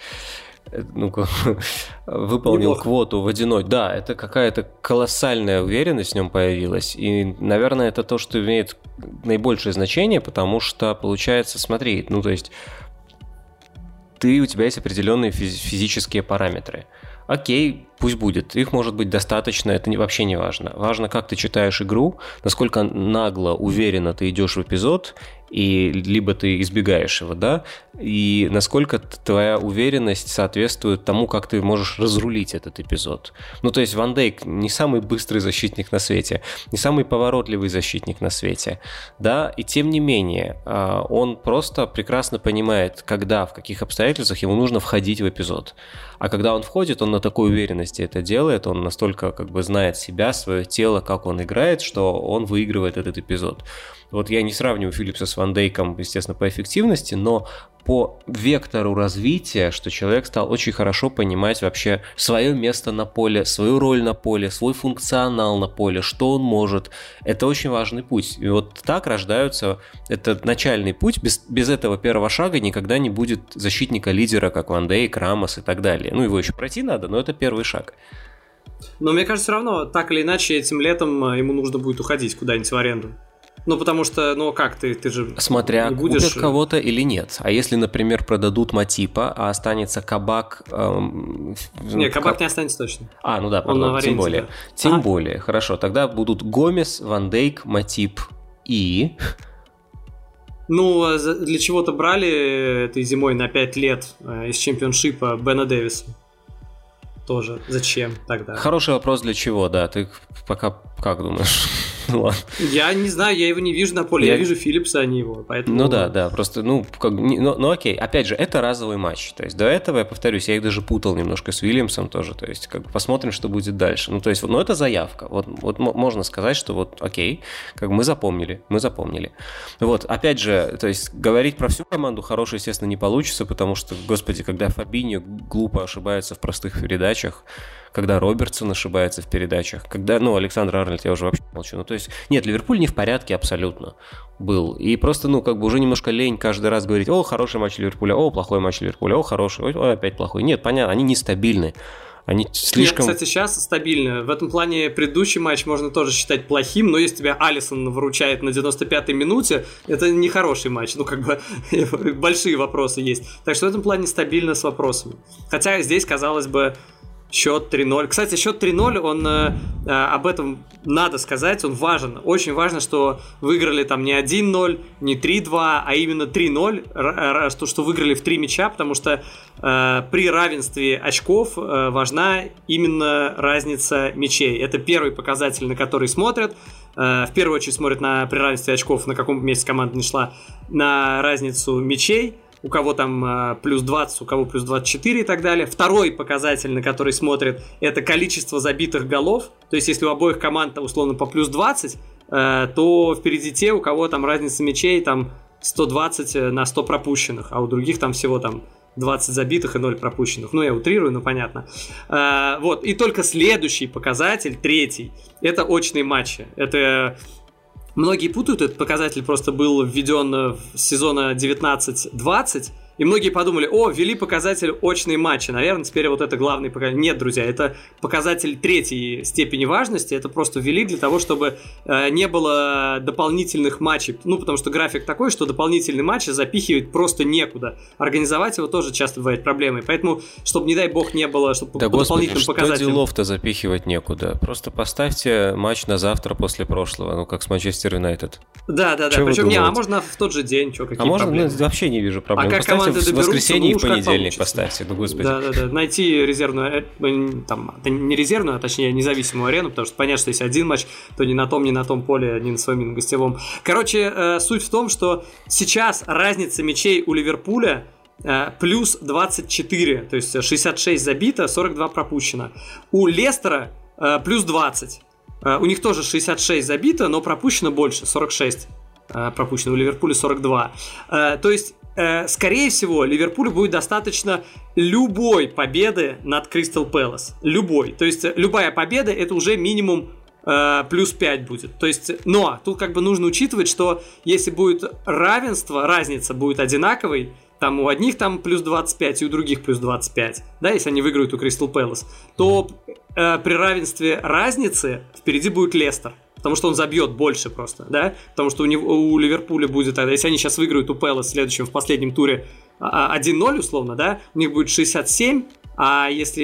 Speaker 2: Выполнил квоту водяной. Да, это какая-то колоссальная уверенность в нем появилась. И, наверное, это то, что имеет наибольшее значение, потому что, получается, смотри, то есть у тебя есть определенные физические параметры. Окей, пусть будет. Их может быть достаточно, это вообще не важно. Важно, как ты читаешь игру, насколько нагло, уверенно ты идешь в эпизод, и либо ты избегаешь его, да, и насколько твоя уверенность соответствует тому, как ты можешь разрулить этот эпизод. То есть Ван Дейк не самый быстрый защитник на свете, не самый поворотливый защитник на свете, да, и тем не менее он просто прекрасно понимает, когда, в каких обстоятельствах ему нужно входить в эпизод. А когда он входит, он на такой уверенности это делает, он настолько знает себя, свое тело, как он играет, что он выигрывает этот эпизод. Вот я не сравниваю Филлипса с Ван Дейком, естественно, по эффективности, но по вектору развития, что человек стал очень хорошо понимать вообще свое место на поле, свою роль на поле, свой функционал на поле, что он может. Это очень важный путь. И вот так рождаются, это начальный путь, без этого первого шага никогда не будет защитника-лидера, как Ван Дейк, Рамос и так далее. Его еще пройти надо, но это первый шаг.
Speaker 1: Но мне кажется, все равно, так или иначе, этим летом ему нужно будет уходить куда-нибудь в аренду. Потому что, ты же
Speaker 2: смотря
Speaker 1: не будешь...
Speaker 2: купят кого-то или нет. А если, например, продадут Матипа, а останется Кабак...
Speaker 1: Кабак не останется точно.
Speaker 2: Тем более. Тем более, хорошо. Тогда будут Гомес, Ван Дейк, Матип и...
Speaker 1: для чего-то брали этой зимой на 5 лет из чемпионшипа Бена Дэвиса. Тоже. Зачем тогда?
Speaker 2: Хороший вопрос, для чего, да. Ты пока как думаешь?
Speaker 1: Я не знаю, я его не вижу на поле, я вижу Филлипса, а не его, поэтому...
Speaker 2: Ну да, просто, окей, опять же, это разовый матч, то есть до этого, я повторюсь, я их даже путал немножко с Уильямсом тоже, то есть как бы посмотрим, что будет дальше, то есть, это заявка, вот можно сказать, что окей, как бы мы запомнили, опять же, то есть говорить про всю команду хорошо, естественно, не получится, потому что, господи, когда Фабиньо глупо ошибается в простых передачах, когда Робертсон ошибается в передачах, когда, Александр Арнольд, я уже вообще молчу. То есть, нет, Ливерпуль не в порядке абсолютно был. И просто, уже немножко лень каждый раз говорить: о, хороший матч Ливерпуля, о, плохой матч Ливерпуля, о, хороший, о, опять плохой. Нет, понятно, они нестабильны. Они слишком...
Speaker 1: Нет, кстати, сейчас стабильно. В этом плане предыдущий матч можно тоже считать плохим, но если тебя Алисон выручает на 95-й минуте, это не хороший матч. Большие вопросы есть. Так что в этом плане стабильно с вопросами. Хотя здесь, казалось бы, счет 3-0. Кстати, счет 3-0, он об этом надо сказать, он важен. Очень важно, что выиграли там не 1-0, не 3-2, а именно 3-0, что выиграли в 3 мяча, потому что при равенстве очков важна именно разница мячей. Это первый показатель, на который смотрят. В первую очередь смотрят при равенстве очков, на каком месте команда не шла, на разницу мячей. У кого там плюс 20, у кого плюс 24 и так далее. Второй показатель, на который смотрят, это количество забитых голов. То есть, если у обоих команд, условно, по плюс 20, то впереди те, у кого там разница мячей там 120 на 100 пропущенных, а у других там всего там 20 забитых и 0 пропущенных. Я утрирую, но понятно. И только следующий показатель, третий, это очные матчи. Это... Многие путают, этот показатель просто был введен с сезона 19-20, и многие подумали: ввели показатель очные матчи, наверное, теперь вот это главный показатель. Нет, друзья, это показатель третьей степени важности, это просто ввели для того, чтобы не было дополнительных матчей, потому что график такой, что дополнительные матчи запихивать просто некуда. Организовать его тоже часто бывает проблемой, поэтому, чтобы, не дай бог, не было, чтобы
Speaker 2: по дополнительным
Speaker 1: показателям...
Speaker 2: что делов-то запихивать некуда? Просто поставьте матч на завтра после прошлого, как с Манчестер Юнайтед.
Speaker 1: Да, причем можно в тот же день, какие проблемы?
Speaker 2: Вообще не вижу проблем. Поставьте в воскресенье и в понедельник поставьте, господи.
Speaker 1: Да. Найти резервную, не резервную, а точнее независимую арену, потому что понятно, что если один матч, то ни на том поле, ни на своем, ни на гостевом. Короче, суть в том, что сейчас разница мячей у Ливерпуля плюс 24, то есть 66 забито, 42 пропущено. У Лестера плюс 20. У них тоже 66 забито, но пропущено больше, 46 пропущено, у Ливерпуля 42. То есть, скорее всего, Ливерпулю будет достаточно любой победы над Кристал Пэлас. Любой. То есть, любая победа — это уже минимум плюс 5 будет. То есть, но тут нужно учитывать, что если будет равенство, разница будет одинаковой, там у одних там плюс 25 и у других плюс 25, да, если они выиграют у Кристал Пэлас, то при равенстве разницы впереди будет Лестер. Потому что он забьет больше просто, да? Потому что у Ливерпуля будет, если они сейчас выиграют у Пэлас в следующем, в последнем туре 1-0 условно, да? У них будет 67, а если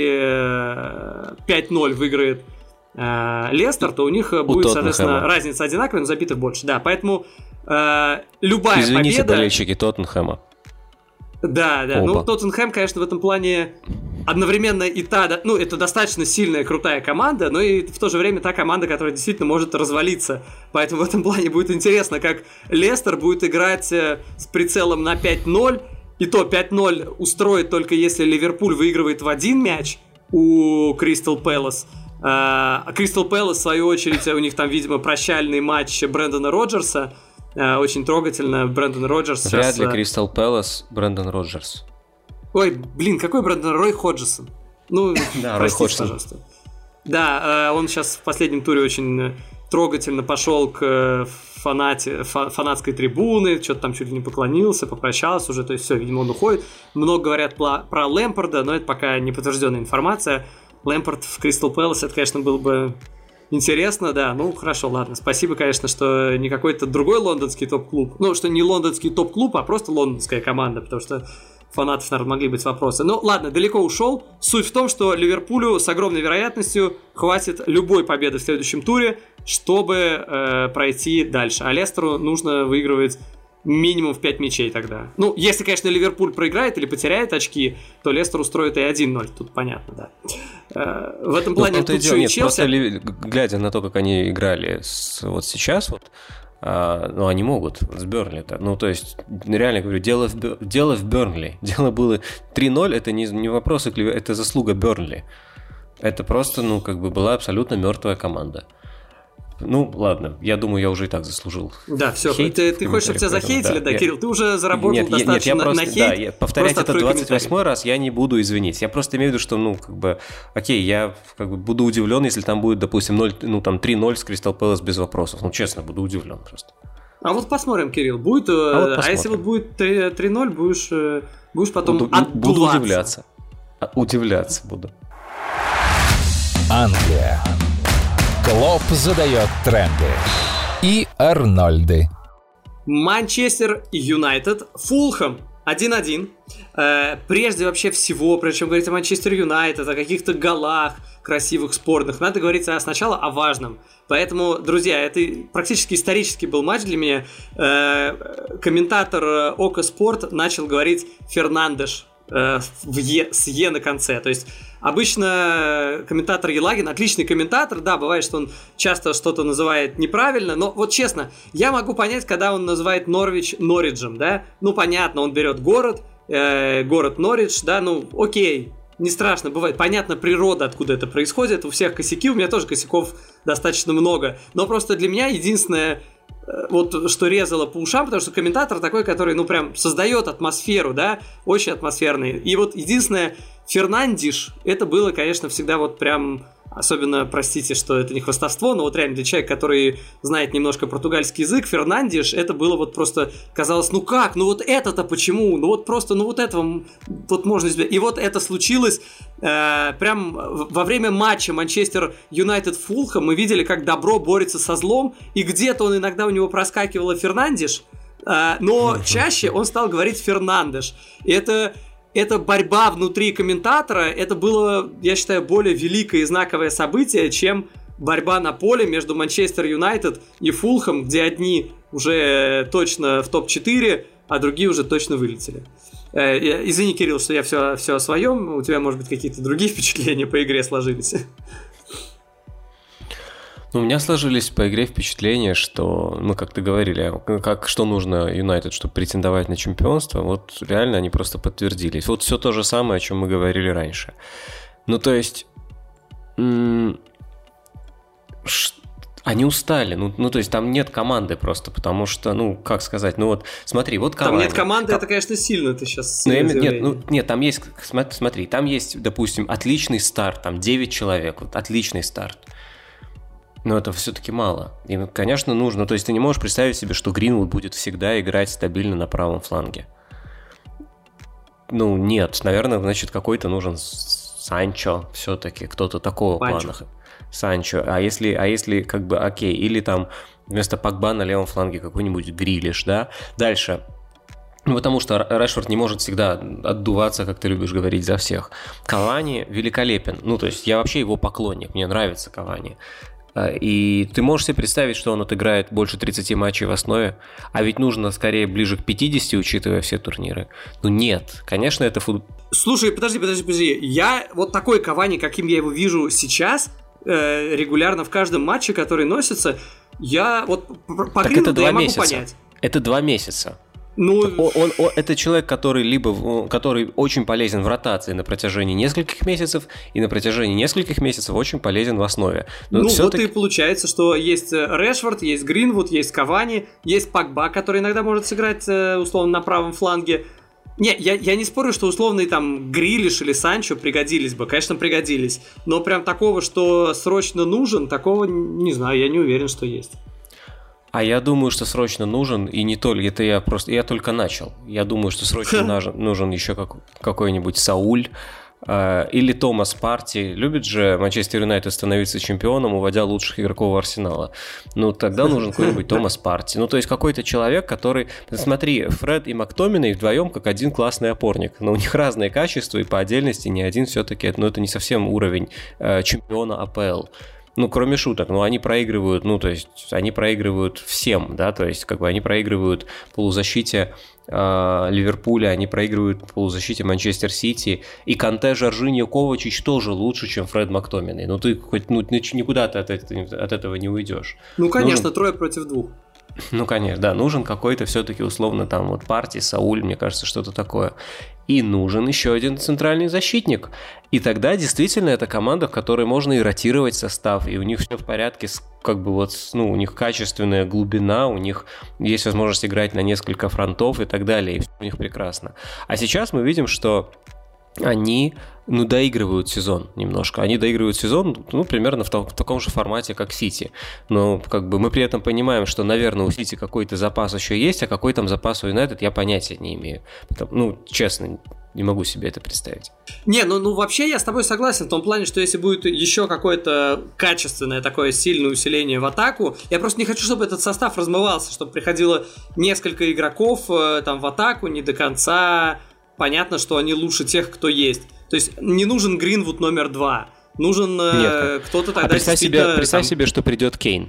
Speaker 1: 5-0 выиграет Лестер, то у них будет, соответственно, разница одинаковая, но забитых больше. Да, поэтому любая
Speaker 2: Извините,
Speaker 1: победа...
Speaker 2: болельщики Тоттенхэма.
Speaker 1: Да. Тоттенхэм, конечно, в этом плане одновременно это достаточно сильная, крутая команда, но и в то же время та команда, которая действительно может развалиться. Поэтому в этом плане будет интересно, как Лестер будет играть с прицелом на 5-0, и то 5-0 устроит только если Ливерпуль выигрывает в один мяч у Кристал Пэлас. А Кристал Пэлас, в свою очередь, у них там, видимо, прощальный матч Брэндона Роджерса. Очень трогательно. Брэндон Роджерс сейчас...
Speaker 2: Вряд ли Кристал Пэлас, Брэндон Роджерс.
Speaker 1: Ой, блин, какой Брэндон? Рой Ходжсон.
Speaker 2: Да, Рой Ходжсон.
Speaker 1: Пожалуйста. Да, он сейчас в последнем туре очень трогательно пошел к фанатской трибуны, что-то там чуть ли не поклонился, попрощался уже, то есть все, видимо, он уходит. Много говорят про Лэмпарда, но это пока не подтвержденная информация. Лэмпард в Кристал Пэлас, это, конечно, было бы... интересно, да, хорошо, ладно. Спасибо, конечно, что не какой-то другой лондонский топ-клуб. Что не лондонский топ-клуб, а просто лондонская команда, потому что фанатов, наверное, могли быть вопросы. Ладно, далеко ушел. Суть в том, что Ливерпулю с огромной вероятностью хватит любой победы в следующем туре, чтобы пройти дальше. А Лестеру нужно выигрывать минимум в 5 мячей тогда. Ну, если, конечно, Ливерпуль проиграет или потеряет очки, то Лестер устроит и 1-0, тут понятно, да. В этом плане тут еще и Челси...
Speaker 2: Просто глядя на то, как они играли вот сейчас, вот, ну, они могут с Бернли-то. Ну, то есть, реально говорю, дело в Бернли. Дело было 3-0, это не вопрос, это заслуга Бернли. Это просто, ну, как бы была абсолютно мертвая команда. Ну, ладно, я думаю, я уже и так заслужил.
Speaker 1: Да, все, ты хочешь, чтобы тебя захейтили, да, Кирилл? Ты уже заработал достаточно на хейт.
Speaker 2: Да, повторять это 28-й раз я не буду, извинить. Я просто имею в виду, что, ну, как бы, окей, я как бы буду удивлен, если там будет, допустим, 3-0 с Кристал Пэлас без вопросов. Ну, честно, буду удивлен просто.
Speaker 1: А вот посмотрим, Кирилл, будет. А если вот будет 3-0, будешь потом отдуваться.
Speaker 2: Буду удивляться. Удивляться буду.
Speaker 3: Англия. Клоп задает тренды. И Арнольды.
Speaker 1: Манчестер Юнайтед, Фулхэм 1-1. Прежде вообще всего, прежде чем говорить о Манчестер Юнайтед, о каких-то голах красивых, спорных, надо говорить сначала о важном. Поэтому, друзья, это практически исторический был матч для меня. Комментатор Око Спорт начал говорить «Фернандеш» с «е» на конце. То есть обычно комментатор Елагин, отличный комментатор, да, бывает, что он часто что-то называет неправильно, но вот честно, я могу понять, когда он называет Норвич Норриджем, да, ну понятно, он берет город Норридж, да, ну окей, не страшно, бывает, понятно природа, откуда это происходит, у всех косяки, у меня тоже косяков достаточно много, но просто для меня единственное, вот что резало по ушам, потому что комментатор такой, который, ну, прям создает атмосферу, да, очень атмосферный. И вот единственное, Фернандиш, это было, конечно, всегда вот прям, особенно, простите, что это не хвастовство, но вот реально для человека, который знает немножко португальский язык, Фернандиш, это было вот просто, казалось, ну как, ну вот это-то почему, ну вот просто, ну вот этого вот можно избежать. И вот это случилось прям во время матча Манчестер Юнайтед Фулхэм, мы видели, как добро борется со злом, и где-то он иногда у него проскакивало Фернандиш, но чаще он стал говорить Фернандеш. И это борьба внутри комментатора, это было, я считаю, более великое и знаковое событие, чем борьба на поле между Манчестер Юнайтед и Фулхэм, где одни уже точно в топ-4, а другие уже точно вылетели. Извини, Кирилл, что я все о своем, у тебя, может быть, какие-то другие впечатления по игре сложились?
Speaker 2: Ну, у меня сложились по игре впечатления, что, ну, как ты говорили, что нужно Юнайтед, чтобы претендовать на чемпионство, вот реально они просто подтвердились. Вот все то же самое, о чем мы говорили раньше. Ну, то есть, они устали, ну, то есть там нет команды просто, потому что, ну, как сказать, ну, вот, смотри, вот Кавани.
Speaker 1: Там нет команды, это, конечно, сильно, ты сейчас...
Speaker 2: Нет, там есть, смотри, там есть, допустим, отличный старт, там 9 человек, вот, отличный старт. Но это все-таки мало. И, конечно, нужно. То есть ты не можешь представить себе, что Гринвуд будет всегда играть стабильно на правом фланге. Ну, нет. Наверное, значит, какой-то нужен Санчо все-таки. Кто-то такого плана. Санчо. А если как бы окей. Или там вместо Погба на левом фланге какой-нибудь Грилиш, да? Дальше. Ну, потому что Решфорд не может всегда отдуваться, как ты любишь говорить, за всех. Кавани великолепен. Ну, то есть я вообще его поклонник. Мне нравится Кавани. И ты можешь себе представить, что он отыграет больше 30 матчей в основе, а ведь нужно скорее ближе к 50, учитывая все турниры. Ну нет, конечно, это футбол.
Speaker 1: Слушай, подожди. Я вот такой Кавани, каким я его вижу сейчас, регулярно в каждом матче, который носится, я вот по Гринвуду я могу понять.
Speaker 2: Это 2 месяца.
Speaker 1: Ну,
Speaker 2: это человек, который очень полезен в ротации на протяжении нескольких месяцев, и на протяжении нескольких месяцев очень полезен в основе. Но
Speaker 1: ну, вот и получается, что есть Решфорд, есть Гринвуд, есть Кавани, есть Погба, который иногда может сыграть, условно, на правом фланге. Не, я не спорю, что условный там Грилиш или Санчо пригодились бы, конечно, пригодились, но прям такого, что срочно нужен, такого, не знаю, я не уверен, что есть.
Speaker 2: А я думаю, что срочно нужен, и не только, это я только начал. Я думаю, что срочно нужен еще какой-нибудь Сауль или Томас Парти. Любит же Манчестер Юнайтед становиться чемпионом, уводя лучших игроков Арсенала. Ну, тогда нужен какой-нибудь Томас Парти. Ну, то есть какой-то человек, который... Смотри, Фред и Мактоминей вдвоем как один классный опорник. Но у них разные качества, и по отдельности ни один все-таки... Ну, это не совсем уровень чемпиона АПЛ. ну, кроме шуток, ну, они проигрывают, ну, то есть, они проигрывают всем, да, то есть, как бы они проигрывают полузащите Ливерпуля, они проигрывают в полузащите Манчестер Сити, и Канте, Жоржиньо, Ковачич тоже лучше, чем Фред Мактоминей. Ну, ты хоть никуда ты от этого не уйдешь.
Speaker 1: Ну, конечно, 3 против 2.
Speaker 2: Ну, конечно, да, нужен какой-то все-таки условно там вот Партий, Сауль, мне кажется, что-то такое. И нужен еще один центральный защитник. И тогда действительно это команда, в которой можно и ротировать состав, и у них все в порядке, как бы вот, ну, у них качественная глубина, у них есть возможность играть на несколько фронтов и так далее, и все у них прекрасно. А сейчас мы видим, что они, ну, доигрывают сезон немножко. Они доигрывают сезон, ну, примерно в таком же формате, как Сити. Но, как бы, мы при этом понимаем, что, наверное, у Сити какой-то запас еще есть, а какой там запас у Юнайтед, я понятия не имею. Ну, честно, не могу себе это представить.
Speaker 1: Не, ну вообще я с тобой согласен в том плане, что если будет еще какое-то качественное такое сильное усиление в атаку, я просто не хочу, чтобы этот состав размывался, чтобы приходило несколько игроков там в атаку не до конца. Понятно, что они лучше тех, кто есть. То есть не нужен Гринвуд номер 2. Нужен кто-то тогда...
Speaker 2: Представь себе, что придет Кейн.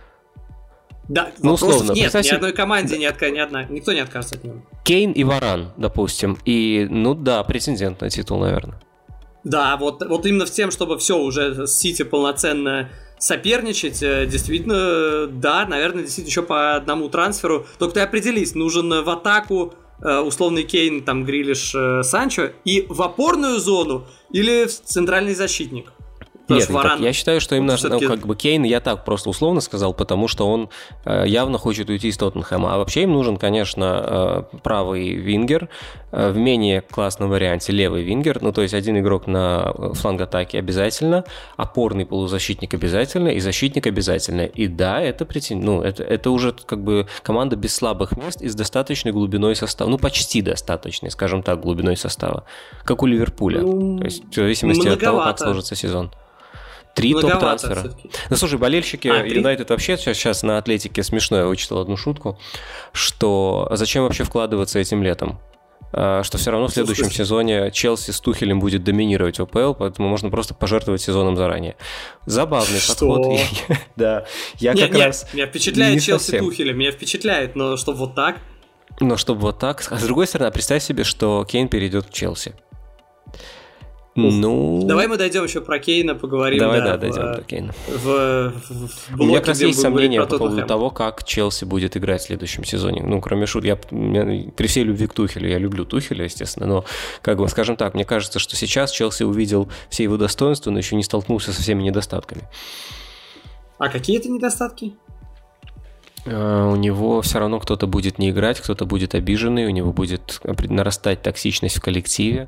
Speaker 1: Да,
Speaker 2: ну, условно.
Speaker 1: Нет, ни одной команде никто не откажется от него.
Speaker 2: Кейн и Варан, допустим. И, ну да, претендент на титул, наверное.
Speaker 1: Да, вот именно в тем, чтобы все уже с Сити полноценно соперничать, действительно, да, наверное, действительно еще по одному трансферу. Только ты определись, нужен в атаку условный Кейн, там, Грилиш, Санчо, и в опорную зону или в центральный защитник?
Speaker 2: Нет, я считаю, что именно как бы Кейн, я так просто условно сказал, потому что он явно хочет уйти из Тоттенхэма. А вообще им нужен, конечно, правый вингер, в менее классном варианте левый вингер, ну то есть один игрок на фланг атаки обязательно, опорный полузащитник обязательно и защитник обязательно. И да, это уже как бы команда без слабых мест и с достаточной глубиной состава, ну почти достаточной, скажем так, глубиной состава, как у Ливерпуля. То есть в зависимости от того, как сложится сезон. 3 топ-трансфера. Ну, слушай, болельщики Юнайтед вообще сейчас на Атлетике смешно, я вычитал одну шутку, что зачем вообще вкладываться этим летом? Что все равно в следующем сезоне Челси с Тухелем будет доминировать в АПЛ, поэтому можно просто пожертвовать сезоном заранее. Забавный подход. Да.
Speaker 1: Меня впечатляет Челси Тухелем, меня впечатляет, но чтобы вот так.
Speaker 2: Но чтобы вот так. А с другой стороны, представь себе, что Кейн перейдет в Челси. Ну...
Speaker 1: Давай мы дойдем еще про Кейна, поговорим.
Speaker 2: Давай, дойдем до Кейна. У меня как раз есть сомнения по поводу того, как Челси будет играть в следующем сезоне. Ну, кроме шуток, при всей любви к Тухелю, я люблю Тухеля, естественно, но, как бы, скажем так, мне кажется, что сейчас Челси увидел все его достоинства, но еще не столкнулся со всеми недостатками.
Speaker 1: А какие это недостатки?
Speaker 2: У него все равно кто-то будет не играть, кто-то будет обиженный, у него будет нарастать токсичность в коллективе.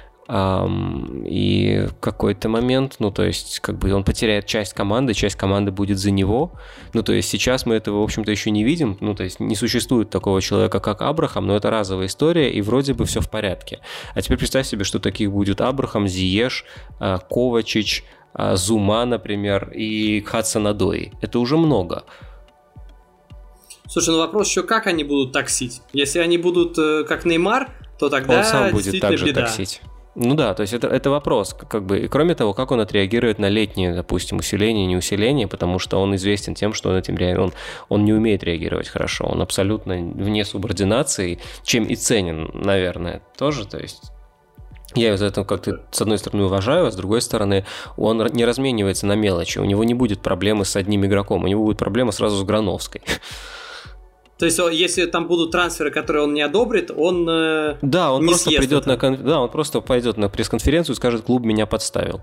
Speaker 2: И в какой-то момент, ну, то есть, как бы он потеряет часть команды будет за него. Ну, то есть, сейчас мы этого, в общем-то, еще не видим. Ну, то есть, не существует такого человека, как Абрахам, но это разовая история, и вроде бы все в порядке. А теперь представь себе, что таких будет Абрахам, Зиеш, Ковачич, Зума, например, и Хадсон-Одой. Это уже много.
Speaker 1: Слушай, ну вопрос еще, как они будут таксить? Если они будут как Неймар, то тогда
Speaker 2: он сам будет также
Speaker 1: беда.
Speaker 2: таксить. Ну да, то есть это вопрос, как бы, и кроме того, как он отреагирует на летнее, допустим, усиление, не усиление, потому что он известен тем, что он не умеет реагировать хорошо, он абсолютно вне субординации, чем и ценен, наверное, тоже, то есть я его за это как-то, с одной стороны, уважаю, а с другой стороны, он не разменивается на мелочи, у него не будет проблемы с одним игроком, у него будет проблема сразу с Грановской.
Speaker 1: То есть, если там будут трансферы, которые он не одобрит, он
Speaker 2: да, он
Speaker 1: не
Speaker 2: просто
Speaker 1: съест
Speaker 2: придет он просто пойдет на пресс-конференцию и скажет: клуб меня подставил.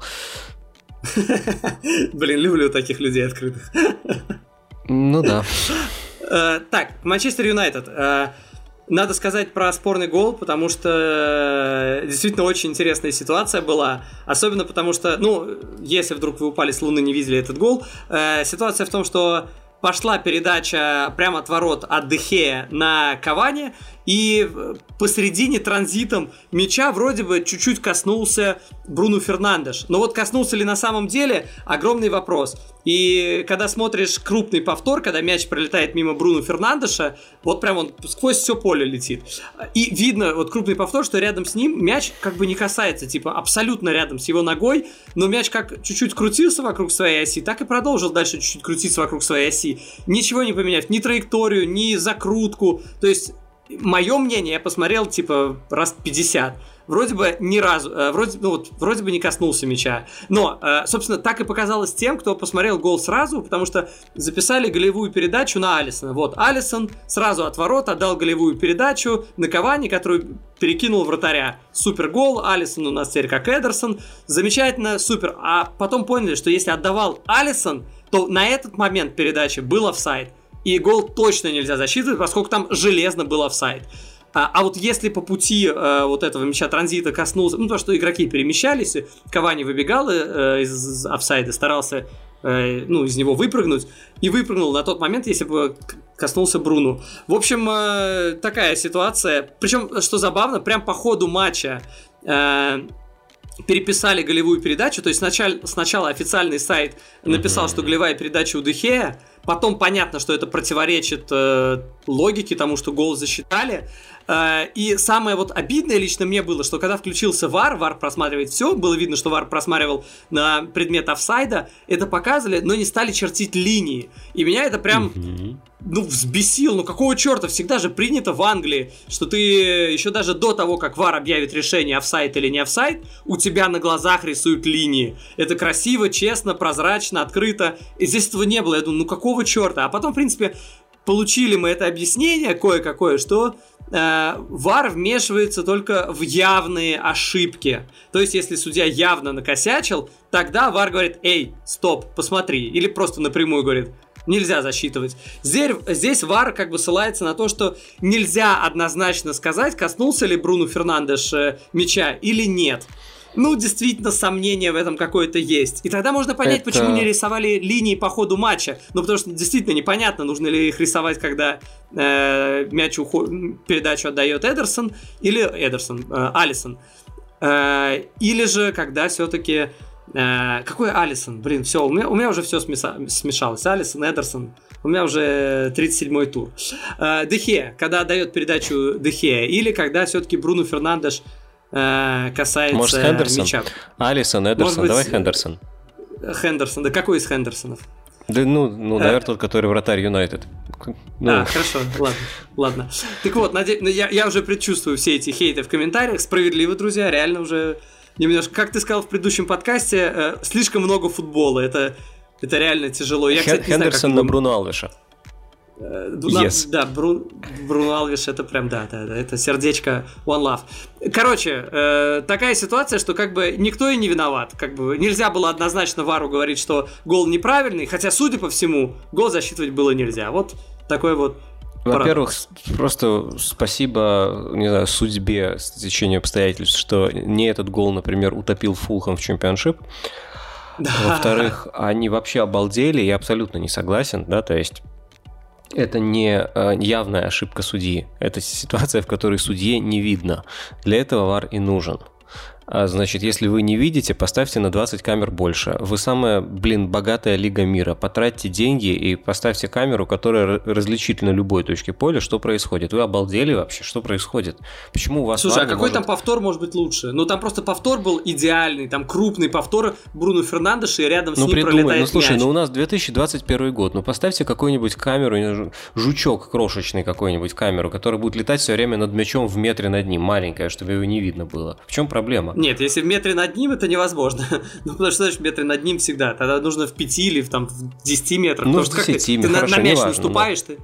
Speaker 1: Блин, люблю таких людей открытых.
Speaker 2: Ну да.
Speaker 1: Так, Манчестер Юнайтед. Надо сказать про спорный гол, потому что действительно очень интересная ситуация была. Особенно потому что, ну, если вдруг вы упали с Луны, не видели этот гол, ситуация в том, что пошла передача прямо от ворот от Де Хея на Кавани, и посередине транзитом мяча вроде бы чуть-чуть коснулся Бруно Фернандеш. Но вот коснулся ли на самом деле, огромный вопрос. И когда смотришь крупный повтор, когда мяч пролетает мимо Бруно Фернандеша, вот прям он сквозь все поле летит. И видно, вот крупный повтор, что рядом с ним мяч как бы не касается, типа абсолютно рядом с его ногой, но мяч как чуть-чуть крутился вокруг своей оси, так и продолжил дальше чуть-чуть крутиться вокруг своей оси. Ничего не поменяв, ни траекторию, ни закрутку. То есть, мое мнение, я посмотрел типа раз 50. Вроде бы ни разу, вроде бы не коснулся мяча. Но, собственно, так и показалось тем, кто посмотрел гол сразу, потому что записали голевую передачу на Алисона. Вот, Алисон сразу от ворот отдал голевую передачу на Кавани, которую перекинул вратаря. Супер гол, Алисон у нас теперь как Эдерсон. Замечательно, супер. А потом поняли, что если отдавал Алисон, то на этот момент передачи был офсайд. И гол точно нельзя засчитывать, поскольку там железно был офсайд. А вот если по пути вот этого мяча транзита коснулся, ну, то, что игроки перемещались, Кавани выбегал из офсайда, старался из него выпрыгнуть, и выпрыгнул на тот момент, если бы коснулся Бруно. В общем, такая ситуация. Причем, что забавно, прям по ходу матча переписали голевую передачу, то есть сначала официальный сайт написал, что голевая передача у Де Геа, потом понятно, что это противоречит логике, тому, что гол засчитали. И самое вот обидное лично мне было, что когда включился ВАР просматривает все, было видно, что ВАР просматривал на предмет офсайда, это показывали, но не стали чертить линии. И меня это прям, взбесило. Какого черта? Всегда же принято в Англии, что ты еще даже до того, как ВАР объявит решение, офсайд или не офсайд, у тебя на глазах рисуют линии. Это красиво, честно, прозрачно, открыто. И здесь этого не было. Я думаю, какого черта? А потом, в принципе, получили мы это объяснение кое-какое, что ВАР вмешивается только в явные ошибки. То есть, если судья явно накосячил, тогда ВАР говорит: эй, стоп, посмотри. Или просто напрямую говорит: нельзя засчитывать. Здесь ВАР как бы ссылается на то, что нельзя однозначно сказать, коснулся ли Бруно Фернандеш мяча или нет. Действительно, сомнение в этом какое-то есть. И тогда можно понять, почему не рисовали линии по ходу матча. Потому что действительно непонятно, нужно ли их рисовать, когда передачу отдает Алисон. Или же, когда все-таки... какой Алисон? Блин, все, у меня уже все смешалось. Алисон, Эдерсон. У меня уже 37-й тур. Де Геа, когда отдает передачу Де Геа. Или когда все-таки Бруно Фернандеш касается
Speaker 2: может, Хендерсон?
Speaker 1: Мяча.
Speaker 2: Алисон, Эдерсон, давай Хендерсон.
Speaker 1: Хендерсон, да какой из Хендерсонов?
Speaker 2: Да, наверное, тот, который вратарь Юнайтед.
Speaker 1: Хорошо, ладно. Так вот, я уже предчувствую все эти хейты в комментариях. Справедливо, друзья, реально уже немножко, как ты сказал в предыдущем подкасте, слишком много футбола. Это реально тяжело. Я, кстати,
Speaker 2: Хендерсон на Бруно Алвеша.
Speaker 1: Yes. Да, Бруно Алвеш, это прям, да, это сердечко One Love. Короче, такая ситуация, что как бы никто и не виноват. Как бы нельзя было однозначно ВАРу говорить, что гол неправильный, хотя, судя по всему, гол засчитывать было нельзя. Вот такой вот.
Speaker 2: Во-первых, просто спасибо, не знаю, судьбе, стечению обстоятельств, что не этот гол, например, утопил Фулхэм в чемпионшип. Да. Во-вторых, они вообще обалдели, я абсолютно не согласен, да, то есть это не явная ошибка судьи, это ситуация, в которой судье не видно. Для этого ВАР и нужен. Значит, если вы не видите, поставьте на 20 камер больше. Вы самая, богатая лига мира. Потратьте деньги и поставьте камеру, которая различит на любой точке поля, что происходит. Вы обалдели вообще? Что происходит? Почему у вас...
Speaker 1: Слушай, а какой там повтор может быть лучше? Там просто повтор был идеальный, там крупный повтор Бруно Фернандеша, и рядом с ним пролетает
Speaker 2: слушай,
Speaker 1: мяч.
Speaker 2: У нас 2021 год. Поставьте какую-нибудь камеру, жучок крошечный какой-нибудь камеру, которая будет летать все время над мячом в метре над ним, маленькая, чтобы его не видно было. В чем проблема?
Speaker 1: Нет, если в метре над ним, это невозможно. Потому что, знаешь, в метре над ним всегда. Тогда нужно в 5 или в 10 метрах.
Speaker 2: В 10 метрах,
Speaker 1: хорошо, на мяч не наступаешь, ты...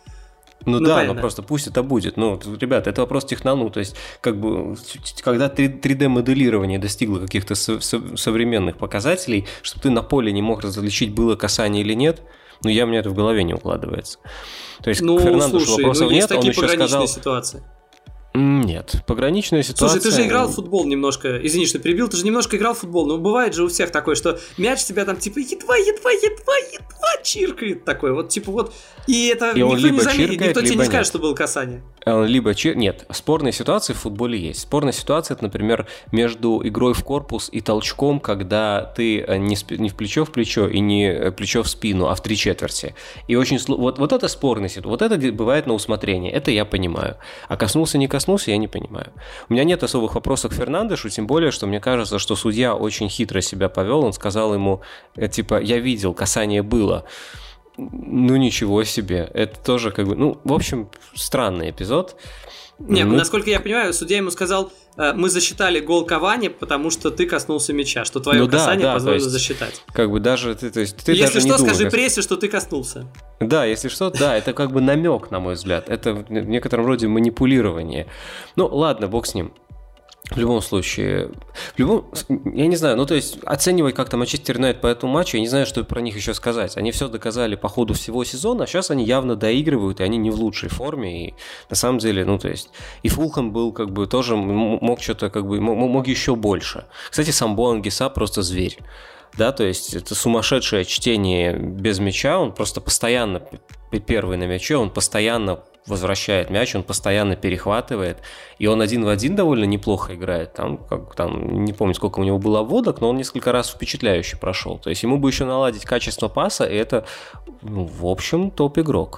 Speaker 2: но просто пусть это будет. Ребята, это вопрос технологии. То есть, как бы, когда 3D-моделирование достигло каких-то современных показателей, чтобы ты на поле не мог различить, было касание или нет, у меня это в голове не укладывается. То есть, к Фернандешу вопросов нет,
Speaker 1: он еще сказал... Ситуации.
Speaker 2: Нет, пограничная ситуация...
Speaker 1: Слушай, ты же играл в футбол немножко, извини, что перебил, ты же немножко играл в футбол, но бывает же у всех такое, что мяч тебя там типа едва чиркает такой, вот типа вот, и это
Speaker 2: и
Speaker 1: никто не заметит,
Speaker 2: чиркает,
Speaker 1: никто тебе не скажет,
Speaker 2: нет.
Speaker 1: что было касание.
Speaker 2: Он либо Нет, спорные ситуации в футболе есть. Спорная ситуация, это, например, между игрой в корпус и толчком, когда ты не в плечо и не плечо в спину, а в 3/4. И очень вот это спорная ситуация, вот это бывает на усмотрение, это я понимаю. А коснулся, не коснулся, я не понимаю. У меня нет особых вопросов к Фернандешу, тем более, что мне кажется, что судья очень хитро себя повел. Он сказал ему, типа, я видел, касание было. Ну, ничего себе. Это тоже как бы... Ну, в общем, странный эпизод.
Speaker 1: Нет, насколько я понимаю, судья ему сказал, мы засчитали гол Кавани, потому что ты коснулся мяча, что твое касание позволило засчитать.
Speaker 2: Как бы даже... ты
Speaker 1: если
Speaker 2: даже
Speaker 1: что, скажи прессе, что ты коснулся.
Speaker 2: Да, если что, да, это как бы намек, на мой взгляд. Это в некотором роде манипулирование. Ну, ладно, бог с ним. В любом случае, я не знаю, ну то есть оценивать как-то Манчестер Юнайтед по этому матчу, я не знаю, что про них еще сказать. Они все доказали по ходу всего сезона, а сейчас они явно доигрывают, и они не в лучшей форме, и на самом деле, ну то есть, и Фулхэм был как бы тоже мог что-то как бы, мог еще больше. Кстати, Самбо Ангиса просто зверь. Да, то есть это сумасшедшее чтение без мяча, он просто постоянно первый на мяче, он постоянно возвращает мяч, он постоянно перехватывает, и он 1 в 1 довольно неплохо играет, там не помню, сколько у него было обводок, но он несколько раз впечатляюще прошел, то есть ему бы еще наладить качество паса, и это, ну, в общем, топ-игрок.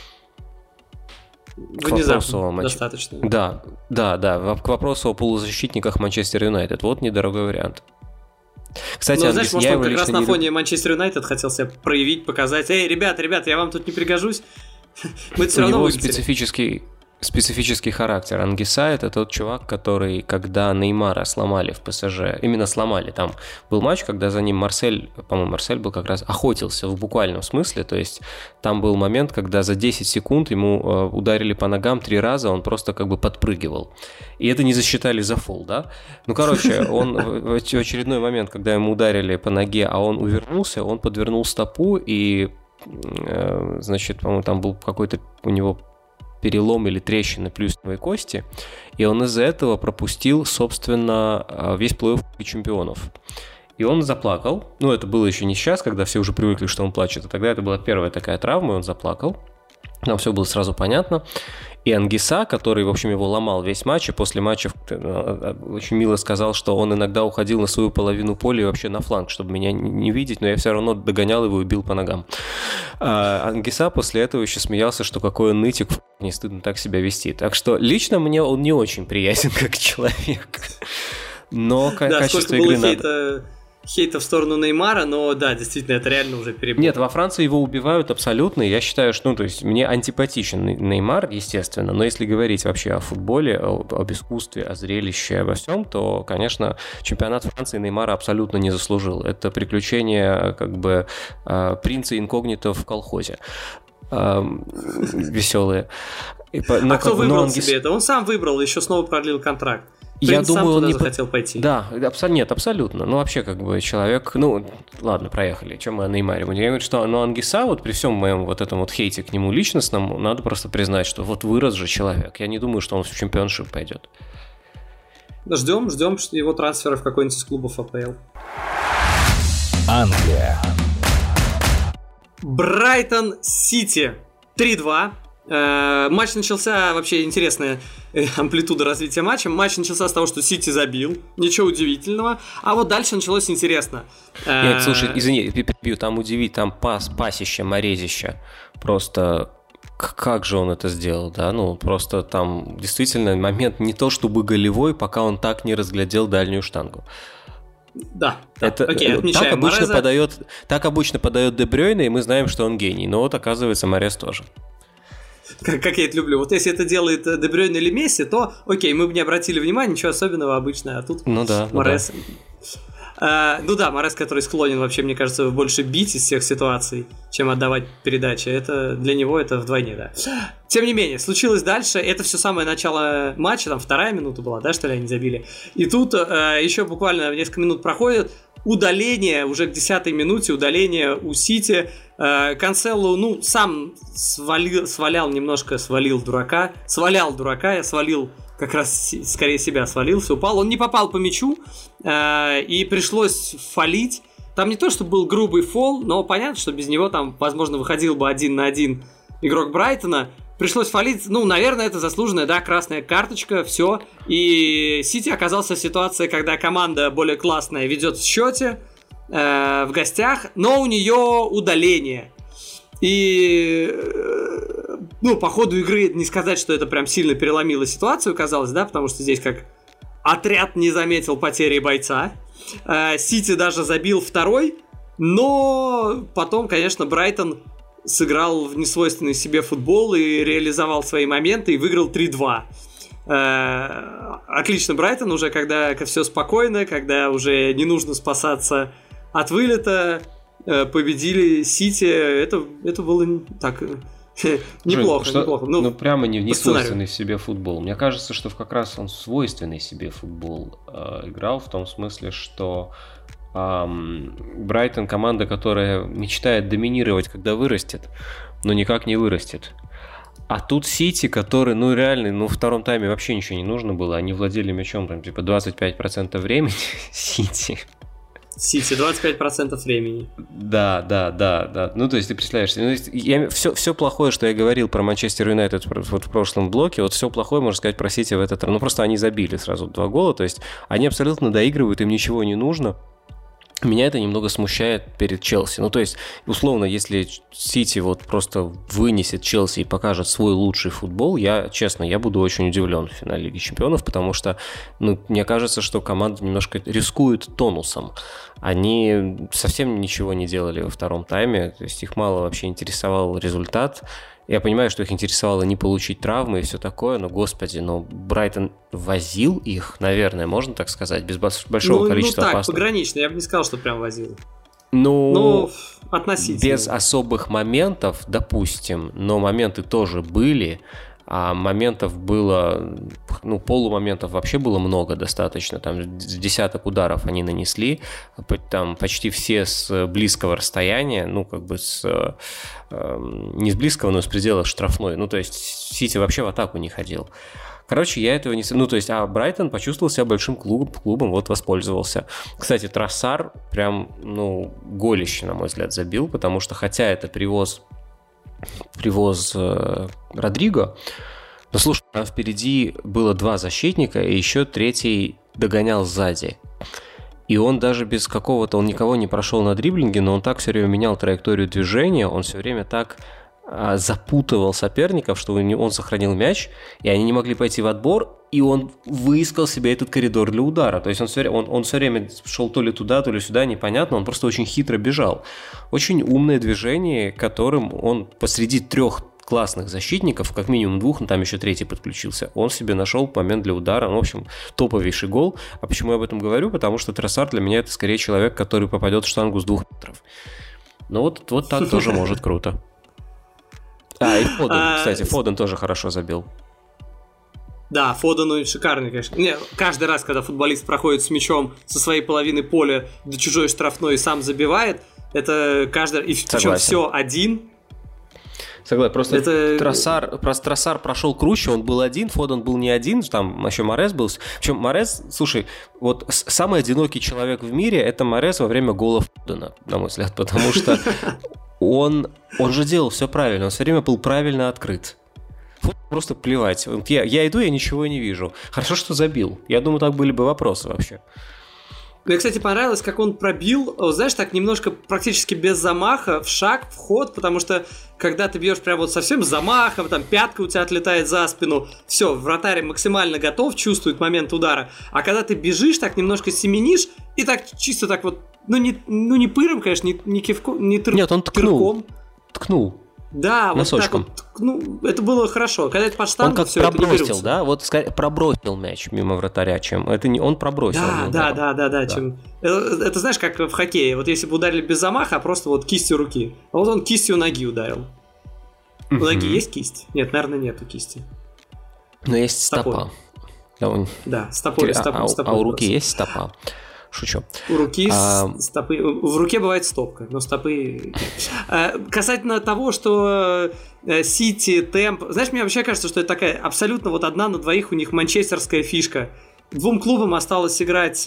Speaker 1: Внезапно достаточно.
Speaker 2: Да, к вопросу о полузащитниках Манчестер Юнайтед, вот недорогой вариант. Кстати,
Speaker 1: ну, знаешь, может, он как раз на фоне Манчестер Юнайтед хотел себя проявить, показать, ребят, я вам тут не пригожусь. Мы все равно
Speaker 2: выиграли. Специфический характер. Ангиса — это тот чувак, который, когда Неймара сломали в ПСЖ, именно сломали, там был матч, когда за ним Марсель был как раз охотился в буквальном смысле, то есть там был момент, когда за 10 секунд ему ударили по ногам 3 раза, он просто как бы подпрыгивал. И это не засчитали за фол, да? Ну, короче, он в очередной момент, когда ему ударили по ноге, а он увернулся, он подвернул стопу, и, значит, по-моему, там был какой-то у него перелом или трещина плюсневой кости, и он из-за этого пропустил, собственно, весь плей-офф Лиги Чемпионов. И он заплакал. Ну, это было еще не сейчас, когда все уже привыкли, что он плачет, а тогда это была первая такая травма, и он заплакал. Нам все было сразу понятно. И Ангиса, который, в общем, его ломал весь матч, и после матча очень мило сказал, что он иногда уходил на свою половину поля и вообще на фланг, чтобы меня не видеть, но я все равно догонял его и бил по ногам. А Ангиса после этого еще смеялся, что какой он нытик, не стыдно так себя вести. Так что лично мне он не очень приятен как человек. Но качество игры надо...
Speaker 1: Хейта в сторону Неймара, но да, действительно, это реально уже перебор.
Speaker 2: Нет, во Франции его убивают абсолютно, я считаю, что, ну, то есть, мне антипатичен Неймар, естественно, но если говорить вообще о футболе, об искусстве, о зрелище, обо всем, то, конечно, чемпионат Франции Неймара абсолютно не заслужил. Это приключение, как бы, принца инкогнито в колхозе. Веселые.
Speaker 1: Кто выбрал себе это? Он сам выбрал, еще снова продлил контракт.
Speaker 2: Я думаю, он не
Speaker 1: захотел пойти.
Speaker 2: Да, нет, абсолютно. Ну, вообще, как бы, человек... Ну, ладно, проехали. Чем мы о Неймаре будем? Я говорю, что Ангиса, вот при всем моем вот этом вот хейте к нему личностному, надо просто признать, что вот вырос же человек. Я не думаю, что он в чемпионшип пойдет.
Speaker 1: Ждем его трансфера в какой-нибудь из клубов АПЛ.
Speaker 3: Англия.
Speaker 1: Брайтон Сити 3-2. Матч начался, вообще интересная амплитуда развития матча. Матч начался с того, что Сити забил, ничего удивительного. А вот дальше началось интересно.
Speaker 2: Нет, слушай, извини, там там пасище, морезище. Просто как же он это сделал, да? Ну, просто там действительно момент не то чтобы голевой, пока он так не разглядел дальнюю штангу.
Speaker 1: Да,
Speaker 2: окей, отмечаем. Так обычно подает Де Брюйне, и мы знаем, что он гений. Но вот, оказывается, Морез тоже.
Speaker 1: Как я это люблю. Вот если это делает Де Брюйн или Месси, то окей, мы бы не обратили внимания, ничего особенного обычно, а тут Морез. Морез, который склонен вообще, мне кажется, больше бить из всех ситуаций, чем отдавать передачи. Это для него это вдвойне, да. Тем не менее, случилось дальше. Это все самое начало матча, там 2-я минута была, да, что ли, они забили. И тут еще буквально несколько минут проходит. Удаление, уже к 10-й минуте, удаление у Сити. Канцело, сам свалил дурака. Свалял дурака, я свалил как раз скорее себя свалился, упал. Он не попал по мячу, и пришлось фолить. Там не то, что был грубый фол, но понятно, что без него там, возможно, выходил бы 1 на 1 игрок Брайтона. Пришлось фолить, наверное, это заслуженная, да, красная карточка, все. И Сити оказался в ситуации, когда команда более классная ведет в счете в гостях, но у нее удаление. И, по ходу игры не сказать, что это прям сильно переломило ситуацию, казалось, да, потому что здесь как отряд не заметил потери бойца. Сити даже забил второй, но потом, конечно, Брайтон сыграл в несвойственный себе футбол и реализовал свои моменты и выиграл 3-2. Отлично Брайтон уже, когда все спокойно, когда уже не нужно спасаться от вылета, победили Сити. Это было так неплохо.
Speaker 2: неплохо. Прямо не свойственный себе футбол. Мне кажется, что как раз он свойственный себе футбол играл, в том смысле, что Брайтон команда, которая мечтает доминировать, когда вырастет, но никак не вырастет. А тут Сити, который, реально, во втором тайме вообще ничего не нужно было. Они владели мячом, 25% времени. Сити
Speaker 1: 25% времени.
Speaker 2: Да. То есть ты представляешь, все плохое, что я говорил про Манчестер Юнайтед в прошлом блоке, вот все плохое, можно сказать, про Сити в этот раз. Просто они забили сразу 2 гола, то есть они абсолютно доигрывают, им ничего не нужно. Меня это немного смущает перед Челси. То есть, условно, если Сити просто вынесет Челси и покажет свой лучший футбол, я буду очень удивлен в финале Лиги Чемпионов, потому что, мне кажется, что команда немножко рискует тонусом. Они совсем ничего не делали во втором тайме, то есть их мало вообще интересовал результат. Я понимаю, что их интересовало не получить травмы и все такое, но, господи, Брайтон возил их, наверное, можно так сказать, без большого количества опасных.
Speaker 1: Погранично, я бы не сказал, что прям возил. Относительно.
Speaker 2: Без особых моментов, допустим, но моменты тоже были, а моментов было, полумоментов вообще было много достаточно, там с десяток ударов они нанесли, там почти все с близкого расстояния, не с близкого, но с предела штрафной, то есть Сити вообще в атаку не ходил. Короче, я этого не... а Брайтон почувствовал себя большим клубом, воспользовался. Кстати, Троссар прям, голище, на мой взгляд, забил, потому что, хотя это привоз Родриго, но слушай, там впереди было 2 защитника, и еще третий догонял сзади. И он даже без какого-то, он никого не прошел на дриблинге, но он так все время менял траекторию движения, он все время так запутывал соперников, что он сохранил мяч, и они не могли пойти в отбор, и он выискал себе этот коридор для удара. То есть он все время шел то ли туда, то ли сюда, непонятно, он просто очень хитро бежал. Очень умное движение, которым он посреди 3 классных защитников, как минимум 2, но там еще 3 подключился, он себе нашел момент для удара. В общем, топовейший гол. А почему я об этом говорю? Потому что Троссар для меня это скорее человек, который попадет в штангу с 2 метров. Вот так тоже может круто. И Фоден, кстати, Фоден тоже хорошо забил.
Speaker 1: Да, Фоден шикарный, конечно. Каждый раз, когда футболист проходит с мячом со своей половины поля до чужой штрафной и сам забивает, это каждый... И причем все один.
Speaker 2: Согласен, просто Троссар прошел круче, он был один, Фоден был не один, там еще Морес был. Причем Морес, слушай, самый одинокий человек в мире — это Морес во время гола Фодена, на мой взгляд, потому что он же делал все правильно, он все время был правильно открыт. Просто плевать. Я иду, я ничего не вижу. Хорошо, что забил. Я думаю, так были бы вопросы вообще.
Speaker 1: Мне, кстати, понравилось, как он пробил, знаешь, так немножко практически без замаха, в шаг, в ход, потому что когда ты бьешь прям совсем с замахом, там пятка у тебя отлетает за спину, все, вратарь максимально готов, чувствует момент удара, а когда ты бежишь, так немножко семенишь, и так чисто так не пыром, конечно, не кивком, не
Speaker 2: Нет, он ткнул.
Speaker 1: Да,
Speaker 2: носочком.
Speaker 1: Это было хорошо. Когда это под штангу,
Speaker 2: он как
Speaker 1: все
Speaker 2: пробросил,
Speaker 1: это не
Speaker 2: да? Скорее, пробросил мяч мимо вратаря, чем... Это не он пробросил.
Speaker 1: Да. Чем... Это знаешь, как в хоккее. Если бы ударили без замаха, а просто кистью руки. А он кистью ноги ударил. У ноги есть кисть? Нет, наверное, нету кисти.
Speaker 2: Но есть стопа.
Speaker 1: Да, стопой.
Speaker 2: А у руки есть стопа? Шучу.
Speaker 1: У руки стопы... В руке бывает стопка, но стопы... Касательно того, что Сити, Темп... Знаешь, мне вообще кажется, что это такая абсолютно вот одна на двоих у них манчестерская фишка. Двум клубам осталось играть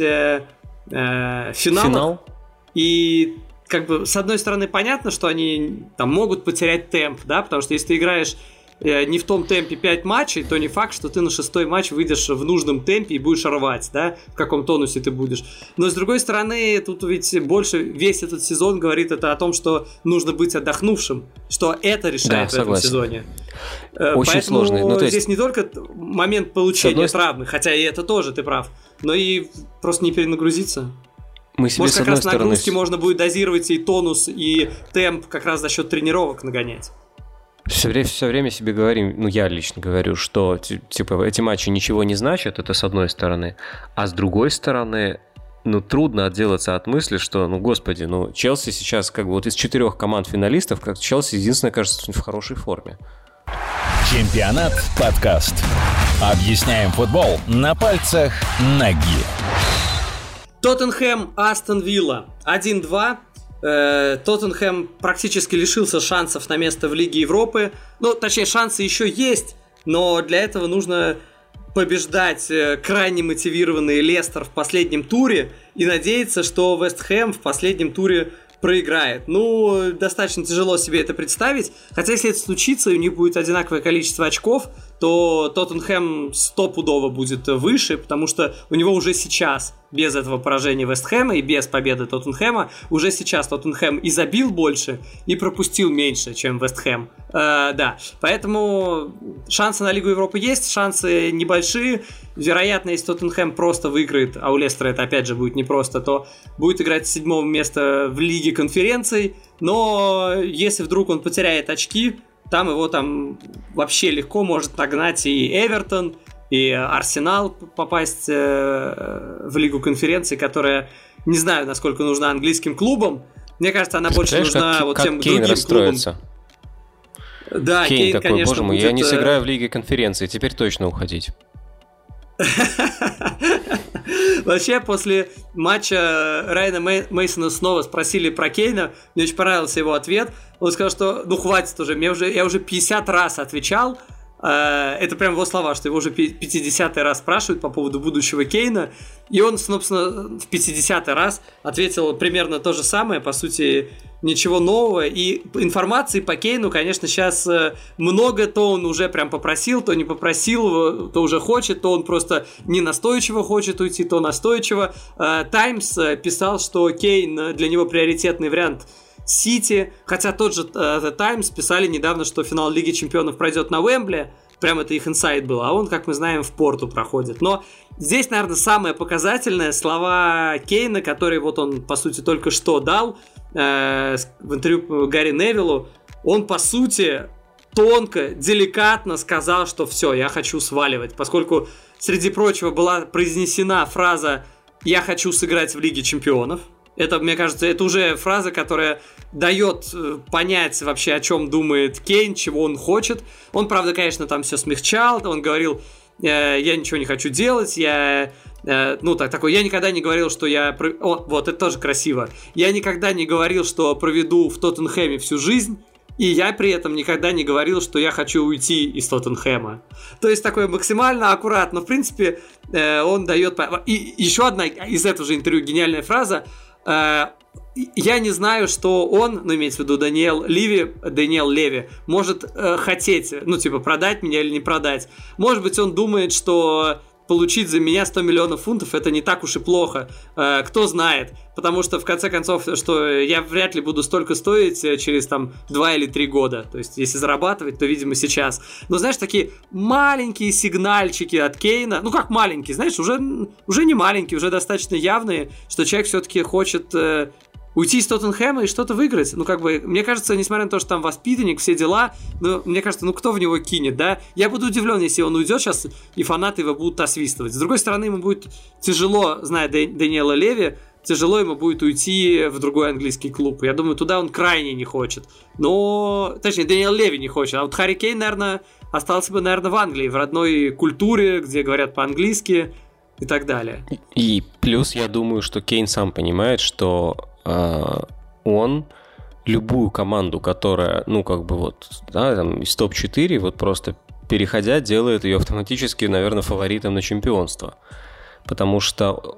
Speaker 1: финал. И как бы с одной стороны понятно, что они там могут потерять темп, да, потому что если ты играешь не в том темпе 5 матчей, то не факт, что ты на 6-й матч выйдешь в нужном темпе и будешь рвать, да, в каком тонусе ты будешь. Но с другой стороны, тут ведь больше весь этот сезон говорит это о том, что нужно быть отдохнувшим, что это решает в этом сезоне.
Speaker 2: Очень
Speaker 1: поэтому
Speaker 2: сложно. Ну,
Speaker 1: здесь не только момент получения травмы, хотя и это тоже, ты прав, но и просто не перенагрузиться. Может, как раз нагрузки можно будет дозировать и тонус, и темп как раз за счет тренировок нагонять.
Speaker 2: Все время себе говорим, ну я лично говорю, что типа эти матчи ничего не значат, это с одной стороны, а с другой стороны, ну трудно отделаться от мысли, что, ну господи, ну Челси сейчас как бы вот из 4 команд финалистов, как Челси единственное, кажется, в хорошей форме.
Speaker 3: Чемпионат подкаст. Объясняем футбол на пальцах ноги.
Speaker 1: Тоттенхэм, Астон Вилла 1-2. Тоттенхэм практически лишился шансов на место в Лиге Европы. Ну, точнее, шансы еще есть, но для этого нужно побеждать крайне мотивированный Лестер в последнем туре и надеяться, что Вест Хэм в последнем туре проиграет. Ну, достаточно тяжело себе это представить. Хотя, если это случится, и у них будет одинаковое количество очков, то Тоттенхэм стопудово будет выше, потому что у него уже сейчас, без этого поражения Вест Хэма и без победы Тоттенхэма, уже сейчас Тоттенхэм и забил больше, и пропустил меньше, чем Вест Хэм. Да, поэтому шансы на Лигу Европы есть, шансы небольшие. Вероятно, если Тоттенхэм просто выиграет, а у Лестера это опять же будет непросто, то будет играть с 7-го места в Лиге конференций. Но если вдруг он потеряет очки, там его там вообще легко может нагнать и Эвертон, и Арсенал попасть в Лигу конференций, которая, не знаю, насколько нужна английским клубам. Мне кажется, она больше нужна вот тем
Speaker 2: Кейн
Speaker 1: другим клубам.
Speaker 2: Да, Кейн такой, конечно, боже мой, будет... я не сыграю в Лиге конференции, теперь точно уходить.
Speaker 1: Вообще, после матча Райана Мейсона снова спросили про Кейна. Мне очень понравился его ответ. Он сказал, что ну хватит уже, я уже 50 раз отвечал. Это прям его слова, что его уже 50-й раз спрашивают по поводу будущего Кейна. И он, собственно, в 50-й раз ответил примерно то же самое. По сути, ничего нового. И информации по Кейну, конечно, сейчас много. То он уже прям попросил, то не попросил, то уже хочет, то он просто не настойчиво хочет уйти, то настойчиво. Таймс писал, что Кейн для него приоритетный вариант Сити, хотя тот же The Times писали недавно, что финал Лиги Чемпионов пройдет на Уэмбле, прям это их инсайд был, а он, как мы знаем, в Порту проходит. Но здесь, наверное, самое показательное слова Кейна, которые вот он, по сути, только что дал в интервью Гарри Невиллу. Он, по сути, тонко, деликатно сказал, что все, я хочу сваливать, поскольку, среди прочего, была произнесена фраза «я хочу сыграть в Лиге Чемпионов». Это, мне кажется, это уже фраза, которая дает понять вообще, о чем думает Кейн, чего он хочет. Он, правда, конечно, там все смягчал. Он говорил, я ничего не хочу делать, я никогда не говорил, что я... вот, это тоже красиво. Я никогда не говорил, что проведу в Тоттенхэме всю жизнь, и я при этом никогда не говорил, что я хочу уйти из Тоттенхэма. То есть такое максимально аккуратно. В принципе, он дает... И еще одна из этого же интервью гениальная фраза. Я не знаю, что он, ну, имеется в виду Дэниел Леви, может хотеть, ну, типа, продать меня или не продать. Может быть, он думает, что получить за меня 100 миллионов фунтов это не так уж и плохо. Кто знает. Потому что, в конце концов, что я вряд ли буду столько стоить через, там, 2 или 3 года. То есть, если зарабатывать, то, видимо, сейчас. Но, знаешь, такие маленькие сигнальчики от Кейна, ну, как маленькие, знаешь, уже не маленькие, уже достаточно явные, что человек все-таки хочет... уйти из Тоттенхэма и что-то выиграть. Ну, как бы, мне кажется, несмотря на то, что там воспитанник, все дела, ну, мне кажется, ну, кто в него кинет, да? Я буду удивлен, если он уйдет сейчас, и фанаты его будут освистывать. С другой стороны, ему будет тяжело, зная Дэниела Леви, тяжело ему будет уйти в другой английский клуб. Я думаю, туда он крайне не хочет. Но, точнее, Дэниел Леви не хочет. А вот Харри Кейн, наверное, остался бы, наверное, в Англии, в родной культуре, где говорят по-английски. и так далее.
Speaker 2: И плюс я думаю, что Кейн сам понимает, что он любую команду, которая, ну, как бы вот, да, там, из топ-4, вот просто переходя, делает ее автоматически, наверное, фаворитом на чемпионство. Потому что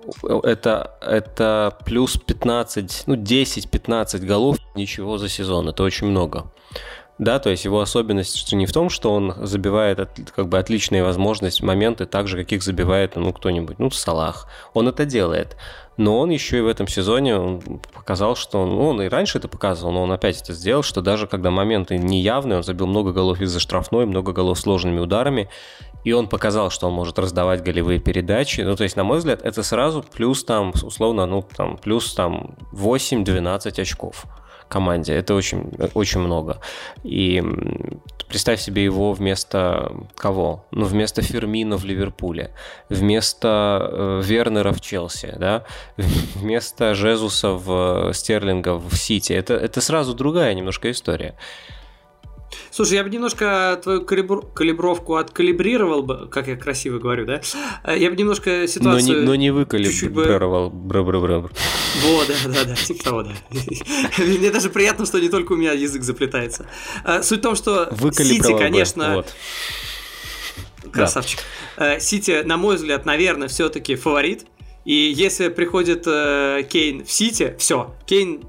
Speaker 2: это плюс 15, ну, 10-15 голов, ничего за сезон, это очень много. Да, то есть его особенность не в том, что он забивает как бы отличные возможности, моменты, так же, каких забивает, ну, кто-нибудь, ну, Салах. Он это делает. Но он еще и в этом сезоне он показал, что он и раньше это показывал, но он опять это сделал, что даже когда моменты неявные, он забил много голов из-за штрафной, много голов сложными ударами, и он показал, что он может раздавать голевые передачи. Ну, то есть, на мой взгляд, это сразу плюс там, условно, ну, там, плюс там 8-12 очков команде. Это очень, очень много. И представь себе его вместо кого? Ну, вместо Фермино в Ливерпуле, вместо Вернера в Челси, да? Вместо Жезуса Стерлинга в Сити. Это сразу другая немножко история.
Speaker 1: Слушай, я бы немножко твою калибровку откалибрировал бы, как я красиво говорю, да? Я бы немножко ситуацию...
Speaker 2: Но не выкалибрировал.
Speaker 1: Вот, да, типа того, да. Мне даже приятно, что не только у меня язык заплетается. Суть в том, что Сити, конечно...
Speaker 2: Вот.
Speaker 1: Красавчик. Сити, на мой взгляд, наверное, все-таки фаворит. И если приходит Кейн в Сити, все, Кейн.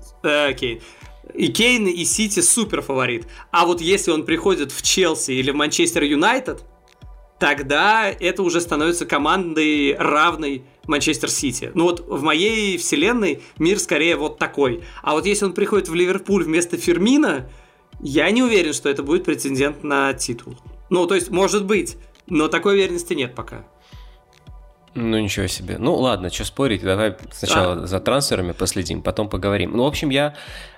Speaker 1: И Кейн, и Сити супер фаворит. А вот если он приходит в Челси или в Манчестер Юнайтед, тогда это уже становится командой, равной Манчестер Сити. Ну вот в моей вселенной мир скорее вот такой. А вот если он приходит в Ливерпуль вместо Фермина, я не уверен, что это будет претендент на титул. Ну, то есть, может быть, но такой уверенности нет пока.
Speaker 2: Ну, ничего себе. Ну, ладно, что спорить, давай сначала за трансферами последим, потом поговорим. Ну, в общем, я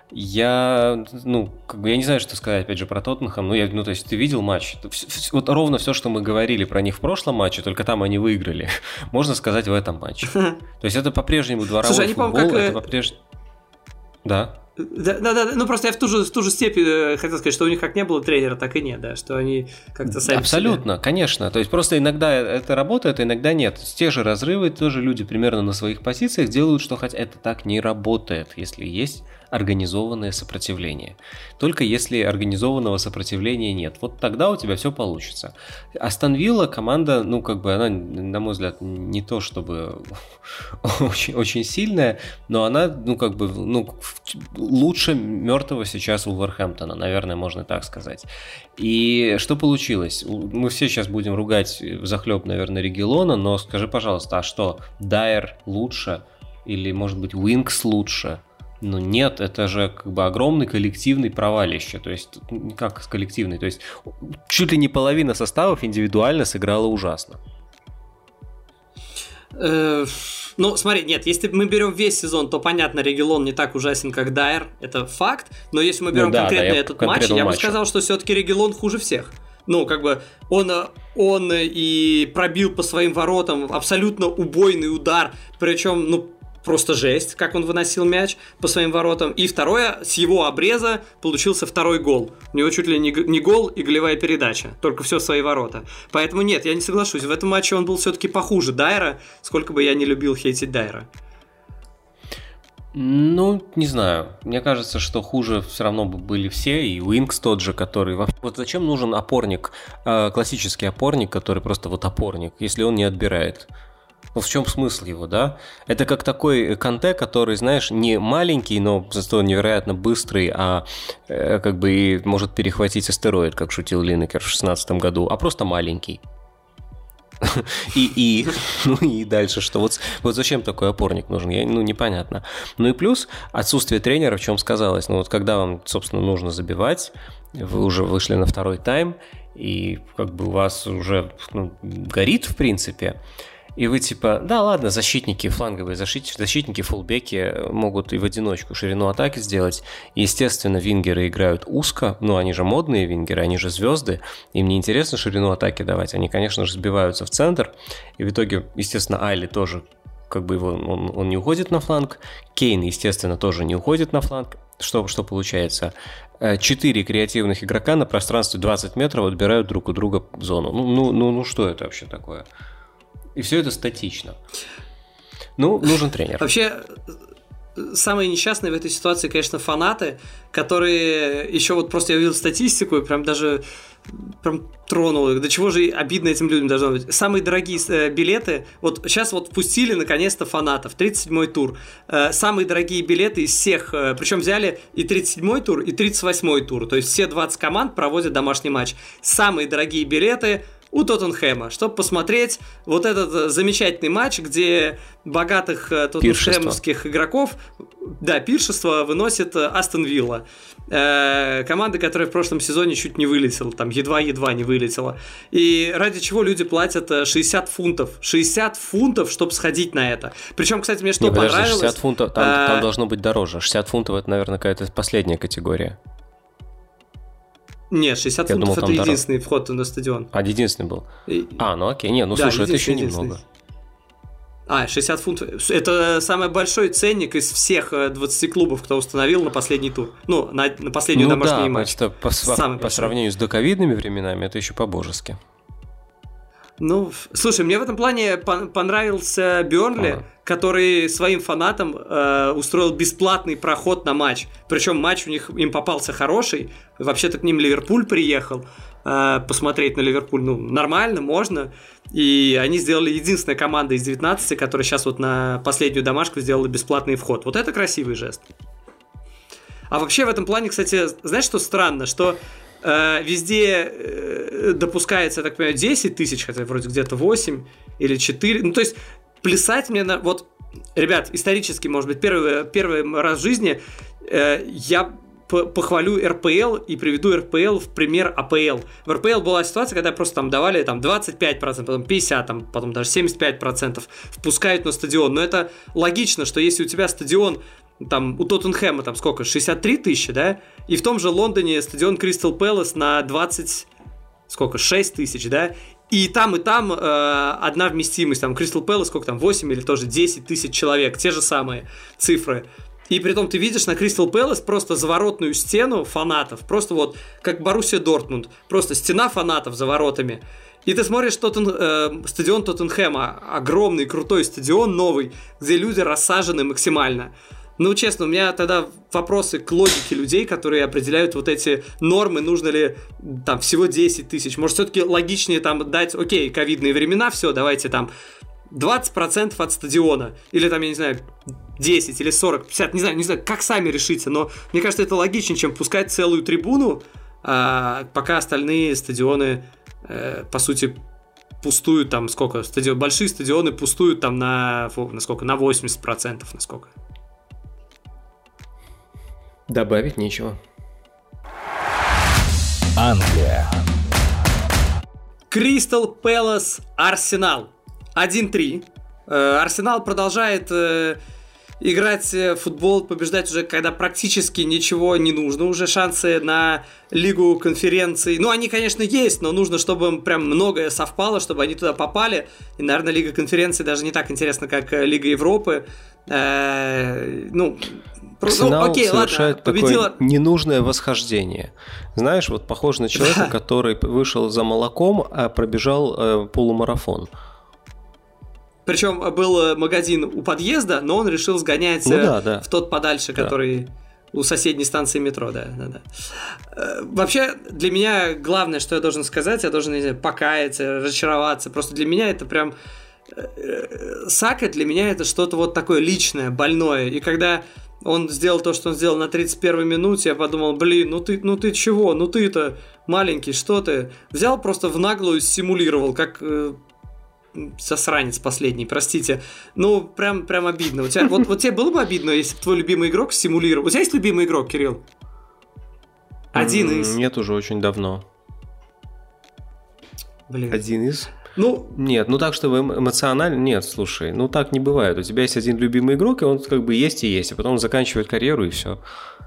Speaker 2: не знаю, что сказать, опять же, про Тоттенхэм. То есть, ты видел матч? Вот ровно все, что мы говорили про них в прошлом матче, только там они выиграли, можно сказать в этом матче. То есть, это по-прежнему дворовой футбол, это по-прежнему... Да.
Speaker 1: Да, ну просто я в ту же степень хотел сказать, что у них как не было тренера, так и нет, да, что они как-то сами...
Speaker 2: Абсолютно, конечно, то есть просто иногда это работает, а иногда нет. Те же разрывы, тоже люди примерно на своих позициях делают, что хотя это так не работает, если есть организованное сопротивление. Только если организованного сопротивления нет, вот тогда у тебя все получится. Астон Вилла команда, она, на мой взгляд, не то чтобы очень, очень сильная, но она, лучше мертвого сейчас Вулверхэмптона, наверное, можно так сказать. И что получилось? Мы все сейчас будем ругать взахлеб, наверное, Регилона, но скажи, пожалуйста, а что, Дайер лучше? Или, может быть, Уинкс лучше? Ну нет, это же как бы огромный коллективный провалище. То есть, как коллективный? То есть, чуть ли не половина составов индивидуально сыграла ужасно.
Speaker 1: Ну, смотри, нет, если мы берем весь сезон, то, понятно, Регилон не так ужасен, как Дайер, это факт. Но если мы берем конкретно этот матч, я бы сказал, что все-таки Регилон хуже всех. Ну, как бы, он и пробил по своим воротам абсолютно убойный удар, причем, просто жесть, как он выносил мяч по своим воротам. И второе, с его обреза получился второй гол. У него чуть ли не гол и голевая передача. Только все в свои ворота. Поэтому нет, я не соглашусь. В этом матче он был все-таки похуже Дайера, сколько бы я не любил хейтить Дайера.
Speaker 2: Ну, не знаю. Мне кажется, что хуже все равно были все. И Уинкс тот же, который... Вот зачем нужен опорник, классический опорник, который просто вот опорник, если он не отбирает? Ну, в чем смысл его, да? Это как такой Канте, который, знаешь, не маленький, но зато невероятно быстрый, а как бы и может перехватить астероид, как шутил Линнекер в 2016 году, а просто маленький. И дальше что? Вот зачем такой опорник нужен? Непонятно. Ну и плюс отсутствие тренера в чем сказалось? Ну вот когда вам, собственно, нужно забивать, вы уже вышли на второй тайм, и как бы у вас уже горит, в принципе, и вы типа, да ладно, защитники, фланговые защитники, фулбеки могут и в одиночку ширину атаки сделать. Естественно, вингеры играют узко, они же модные вингеры, они же звезды, им не интересно ширину атаки давать, они, конечно же, сбиваются в центр, и в итоге, естественно, Айли тоже, как бы он не уходит на фланг, Кейн, естественно, тоже не уходит на фланг. Что получается? 4 креативных игрока на пространстве 20 метров отбирают друг у друга зону. Ну что это вообще такое? И все это статично. Ну, нужен тренер.
Speaker 1: Вообще, самые несчастные в этой ситуации, конечно, фанаты, которые еще вот просто я увидел статистику и прям даже тронул их. До чего же обидно этим людям должно быть. Самые дорогие билеты, вот сейчас вот впустили наконец-то фанатов, 37-й тур. Самые дорогие билеты из всех, причем взяли и 37-й тур, и 38-й тур, то есть все 20 команд проводят домашний матч. Самые дорогие билеты у Тоттенхэма, чтобы посмотреть вот этот замечательный матч, где богатых тоттенхэмовских игроков, да, пиршество выносит Астон Вилла. Команда, которая в прошлом сезоне чуть не вылетела, там едва-едва не вылетела. И ради чего люди платят 60 фунтов. 60 фунтов, чтобы сходить на это. Причем, кстати, мне что понравилось...
Speaker 2: 60 фунтов, там должно быть дороже. 60 фунтов, это, наверное, какая-то последняя категория.
Speaker 1: Нет, 60 фунтов это единственный вход на стадион.
Speaker 2: А, единственный был. Ну окей, не, ну да, слушай, это еще немного.
Speaker 1: 60 фунтов. Это самый большой ценник из всех 20 клубов, кто установил на последний тур. Ну, на последний домашний матч.
Speaker 2: По сравнению с доковидными временами, это еще по-божески.
Speaker 1: Ну, слушай, мне в этом плане понравился Бёрнли, который своим фанатам устроил бесплатный проход на матч. Причем матч у них им попался хороший. Вообще-то к ним Ливерпуль приехал посмотреть на Ливерпуль. Ну, нормально, можно. И они сделали единственная команда из 19, которая сейчас вот на последнюю домашку сделала бесплатный вход. Вот это красивый жест. А вообще в этом плане, кстати, знаешь, что странно? Что везде допускается, я так понимаю, 10 тысяч, хотя вроде где-то 8 или 4. Ну, то есть, плясать мне на... Вот, ребят, исторически, может быть, первый раз в жизни я похвалю РПЛ и приведу РПЛ в пример АПЛ. В РПЛ была ситуация, когда просто там давали там 25%, потом 50%, потом даже 75% впускают на стадион. Но это логично, что если у тебя стадион там у Тоттенхэма там сколько, 63 тысячи, да? И в том же Лондоне стадион Кристал Пэлас на 6 тысяч, да? И там одна вместимость, там Кристал Пэлас сколько там, 8 или тоже 10 тысяч человек, те же самые цифры. И притом ты видишь на Кристал Пэлас просто заворотную стену фанатов, просто вот как Боруссия Дортмунд, просто стена фанатов за воротами. И ты смотришь стадион Тоттенхэма, огромный, крутой стадион, новый, где люди рассажены максимально. Ну, честно, у меня тогда вопросы к логике людей, которые определяют вот эти нормы, нужно ли там всего 10 тысяч. Может, все-таки логичнее там дать, окей, ковидные времена, все, давайте там 20% от стадиона. Или там, я не знаю, 10 или 40, 50, не знаю, как сами решите. Но мне кажется, это логичнее, чем пускать целую трибуну, пока остальные стадионы, по сути, пустуют там сколько? Большие стадионы пустуют там на сколько? На 80%, на сколько?
Speaker 2: Добавить нечего.
Speaker 3: Англия.
Speaker 1: Кристал Пэлас Арсенал 1-3. Арсенал продолжает играть в футбол, побеждать уже, когда практически ничего не нужно. Уже шансы на Лигу конференций. Ну, они, конечно, есть, но нужно, чтобы им прям многое совпало, чтобы они туда попали. И, наверное, Лига конференций даже не так интересна, как Лига Европы.
Speaker 2: Арсенал совершает такое ненужное восхождение. Знаешь, вот похож на человека, который вышел за молоком, а пробежал полумарафон.
Speaker 1: Причем был магазин у подъезда, но он решил сгонять в тот подальше, который у соседней станции метро. Да. Вообще, для меня главное, что я должен сказать, я должен, не знаю, покаяться, разочароваться. Просто для меня это прям... Сака для меня это что-то вот такое личное, больное. И когда он сделал то, что он сделал на 31-й минуте, я подумал, блин, ну ты чего? Ну ты-то маленький, что ты? Взял просто в наглую симулировал, как... Сосранец последний, простите. Ну, прям обидно. У тебя, вот тебе было бы обидно, если бы твой любимый игрок симулировал. У тебя есть любимый игрок, Кирилл? Один из.
Speaker 2: Нет, уже очень давно.
Speaker 1: Блин.
Speaker 2: Один из?
Speaker 1: Ну.
Speaker 2: Нет, ну так, чтобы эмоционально. Нет, слушай, ну так не бывает. У тебя есть один любимый игрок, и он как бы есть и есть, а потом он заканчивает карьеру, и все.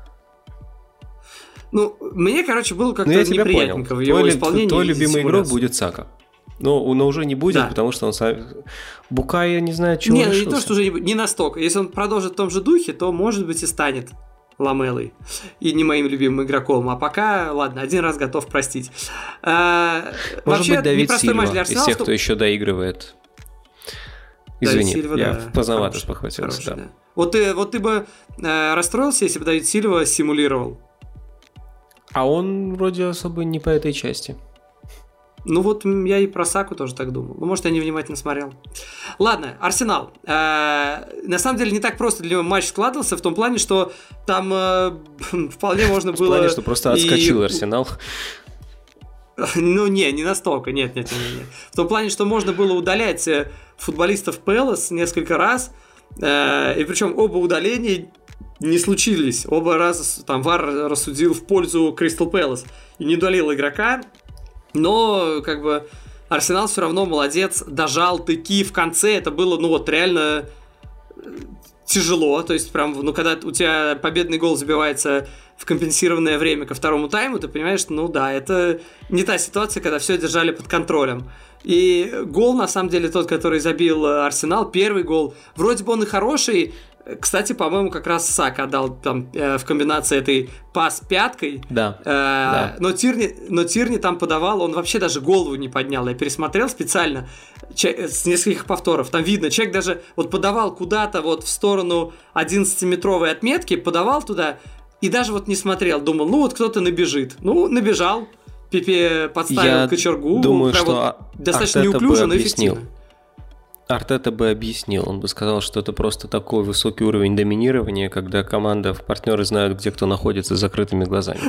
Speaker 1: Ну, мне, короче, было как-то неприятненько в его исполнении.
Speaker 2: Твой любимый игрок будет Сака. Но уже не будет, потому что он сам... Букайо не знает, чего решился.
Speaker 1: Не то, что уже не настолько. Если он продолжит в том же духе, то, может быть, и станет Ламелой. И не моим любимым игроком. А пока, ладно, один раз готов простить.
Speaker 2: Может быть, Давид Сильва из тех, кто еще доигрывает. Извини,
Speaker 1: Сильва,
Speaker 2: я поздновато спохватился. Да.
Speaker 1: Вот ты бы расстроился, если бы Давид Сильва симулировал?
Speaker 2: А он вроде особо не по этой части.
Speaker 1: Ну вот я и про Саку тоже так думал. Ну, может, я невнимательно смотрел. Ладно, Арсенал. На самом деле не так просто для него матч складывался, в том плане, что там вполне можно было... В плане,
Speaker 2: что просто отскочил Арсенал.
Speaker 1: Ну, не настолько, нет. В том плане, что можно было удалять футболистов Пэлас несколько раз, и причем оба удаления не случились. Оба раза там ВАР рассудил в пользу Кристал Пэлас и не удалил игрока, но как бы Арсенал все равно молодец, дожал таки в конце, это было, ну вот реально тяжело, то есть прям, ну когда у тебя победный гол забивается в компенсированное время ко второму тайму, ты понимаешь, что, ну да, это не та ситуация, когда все держали под контролем. И гол, на самом деле, тот, который забил Арсенал, первый гол, вроде бы он и хороший. Кстати, по-моему, как раз Сак отдал там в комбинации этой пас пяткой.
Speaker 2: Да.
Speaker 1: Да. Но Тирни там подавал, он вообще даже голову не поднял. Я пересмотрел специально с нескольких повторов. Там видно, человек даже вот подавал куда-то вот в сторону 11-метровой отметки, подавал туда и даже вот не смотрел. Думал, ну вот кто-то набежит. Ну, набежал. Пепе подставил кочергу.
Speaker 2: Думаю, что
Speaker 1: вот достаточно неуклюже, но эффективно.
Speaker 2: Артета бы объяснил, он бы сказал, что это просто такой высокий уровень доминирования, когда команда, партнеры знают, где кто находится с закрытыми глазами.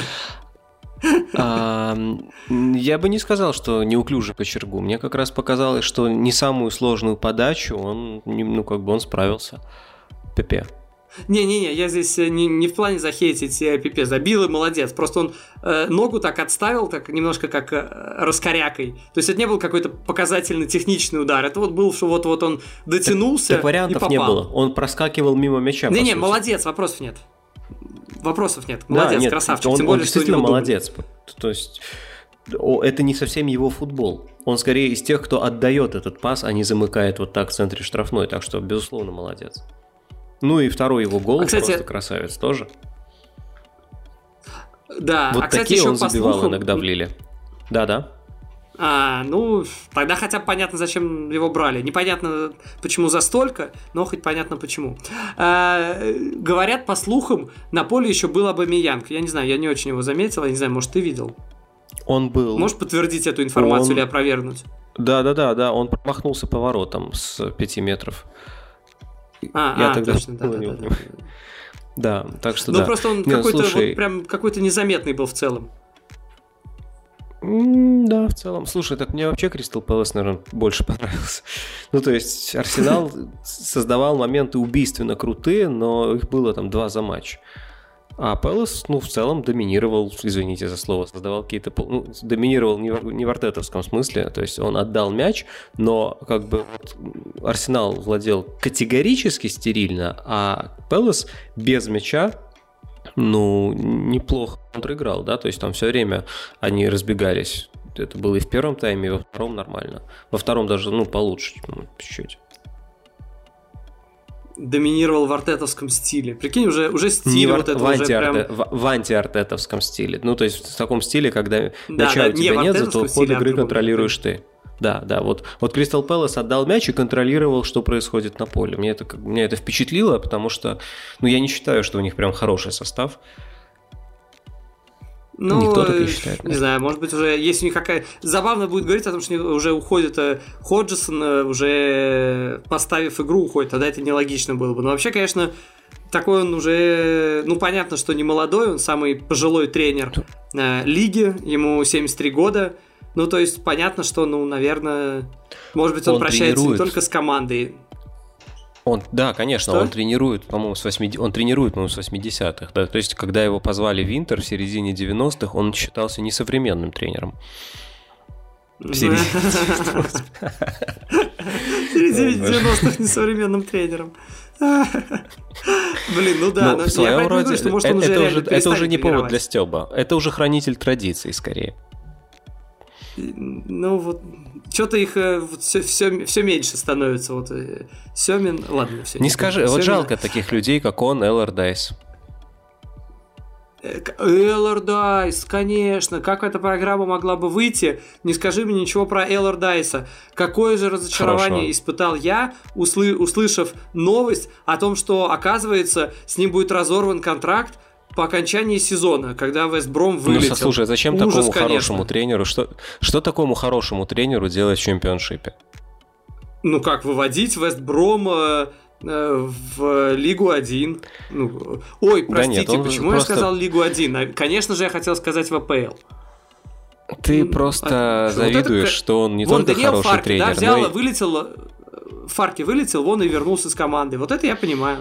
Speaker 2: Я бы не сказал, что неуклюже кочергу. Мне как раз показалось, что не самую сложную подачу он справился. Пепе.
Speaker 1: Не-не-не, я здесь не в плане захейтить Пепе, забил и молодец. Просто он ногу так отставил, так немножко как раскорякой. То есть это не был какой-то показательный технический удар. Это вот был, что вот он дотянулся
Speaker 2: так вариантов
Speaker 1: и попал.
Speaker 2: Не было. Он проскакивал мимо мяча.
Speaker 1: Не-не, молодец, вопросов нет. Молодец,
Speaker 2: нет,
Speaker 1: красавчик.
Speaker 2: Он,
Speaker 1: тем более,
Speaker 2: он действительно
Speaker 1: что
Speaker 2: молодец. То есть это не совсем его футбол. Он скорее из тех, кто отдает этот пас, а не замыкает вот так в центре штрафной. Так что, безусловно, молодец. Ну и второй его гол, кстати, просто красавец тоже.
Speaker 1: Да,
Speaker 2: вот
Speaker 1: кстати,
Speaker 2: такие
Speaker 1: еще
Speaker 2: он забивал
Speaker 1: слухам...
Speaker 2: иногда в Лиле. Да.
Speaker 1: Ну, тогда хотя бы понятно, зачем его брали. Непонятно, почему за столько, но хоть понятно, почему. Говорят, по слухам, на поле еще был Обамейянг. Я не знаю, я не очень его заметил, я не знаю, может, ты видел?
Speaker 2: Он был.
Speaker 1: Можешь подтвердить эту информацию или опровергнуть?
Speaker 2: Да, он промахнулся поворотом с 5 метров.
Speaker 1: Я тогда точно,
Speaker 2: да, так что
Speaker 1: да. Ну, просто он какой-то, вот прям какой-то незаметный был в целом.
Speaker 2: Да, в целом. Слушай, так мне вообще Кристал Пэлас, наверное, больше понравился. Ну, то есть, Арсенал создавал моменты убийственно крутые, но их было там 2 за матч. А Пэлас, в целом доминировал, извините за слово, создавал какие-то... доминировал не в артетовском смысле, то есть он отдал мяч, но как бы Арсенал владел категорически стерильно, а Пэлас без мяча, неплохо контр-играл, да, то есть там все время они разбегались. Это было и в первом тайме, и во втором нормально. Во втором даже, получше, чуть-чуть.
Speaker 1: Доминировал в артетовском стиле. Прикинь, уже стиль вот это уже прям...
Speaker 2: В антиартетовском стиле. Ну, то есть в таком стиле, когда мяча у тебя нет, зато ход игры контролируешь ты. Да, вот Кристал Пэлас отдал мяч и контролировал, что происходит на поле. Меня это впечатлило, потому что, я не считаю, что у них прям хороший состав. Никто так не считает.
Speaker 1: Не знаю, может быть, уже есть у них какая... Забавно будет говорить о том, что уже уходит Ходжсон, уже поставив игру уходит, тогда это нелогично было бы. Но вообще, конечно, такой он уже... понятно, что не молодой, он самый пожилой тренер лиги, ему 73 года. То есть, понятно, что, наверное, может быть, он прощается не только с командой.
Speaker 2: Да, конечно, что? Он тренирует, по-моему, с 80-х. Да? То есть, когда его позвали в Интер в середине 90-х, он считался несовременным тренером. В середине
Speaker 1: 90-х несовременным тренером. Блин, да.
Speaker 2: В своем роде это уже не повод для стёба. Это уже хранитель традиций, скорее.
Speaker 1: Что-то их все меньше становится. Сёмин, ладно, все.
Speaker 2: Не скажи, жалко таких людей, как он, Эллардайс.
Speaker 1: Эллардайс, конечно. Как эта программа могла бы выйти? Не скажи мне ничего про Эллардайса. Какое же разочарование испытал я, услышав новость о том, что, оказывается, с ним будет разорван контракт по окончании сезона, когда Вест Бром вылетел.
Speaker 2: Ну, слушай, зачем
Speaker 1: Ужас,
Speaker 2: такому
Speaker 1: конечно.
Speaker 2: хорошему тренеру? Что такому хорошему тренеру делать в чемпионшипе?
Speaker 1: Ну как, выводить Вест Бром в Лигу 1. Ну, ой, простите, да нет, почему я сказал Лигу 1? Конечно же, я хотел сказать в АПЛ.
Speaker 2: Ты просто завидуешь, что он не только хороший
Speaker 1: Фарки,
Speaker 2: тренер,
Speaker 1: да, взял,
Speaker 2: но
Speaker 1: вылетел, Фарки вылетел, вон и вернулся с командой. Вот это я понимаю.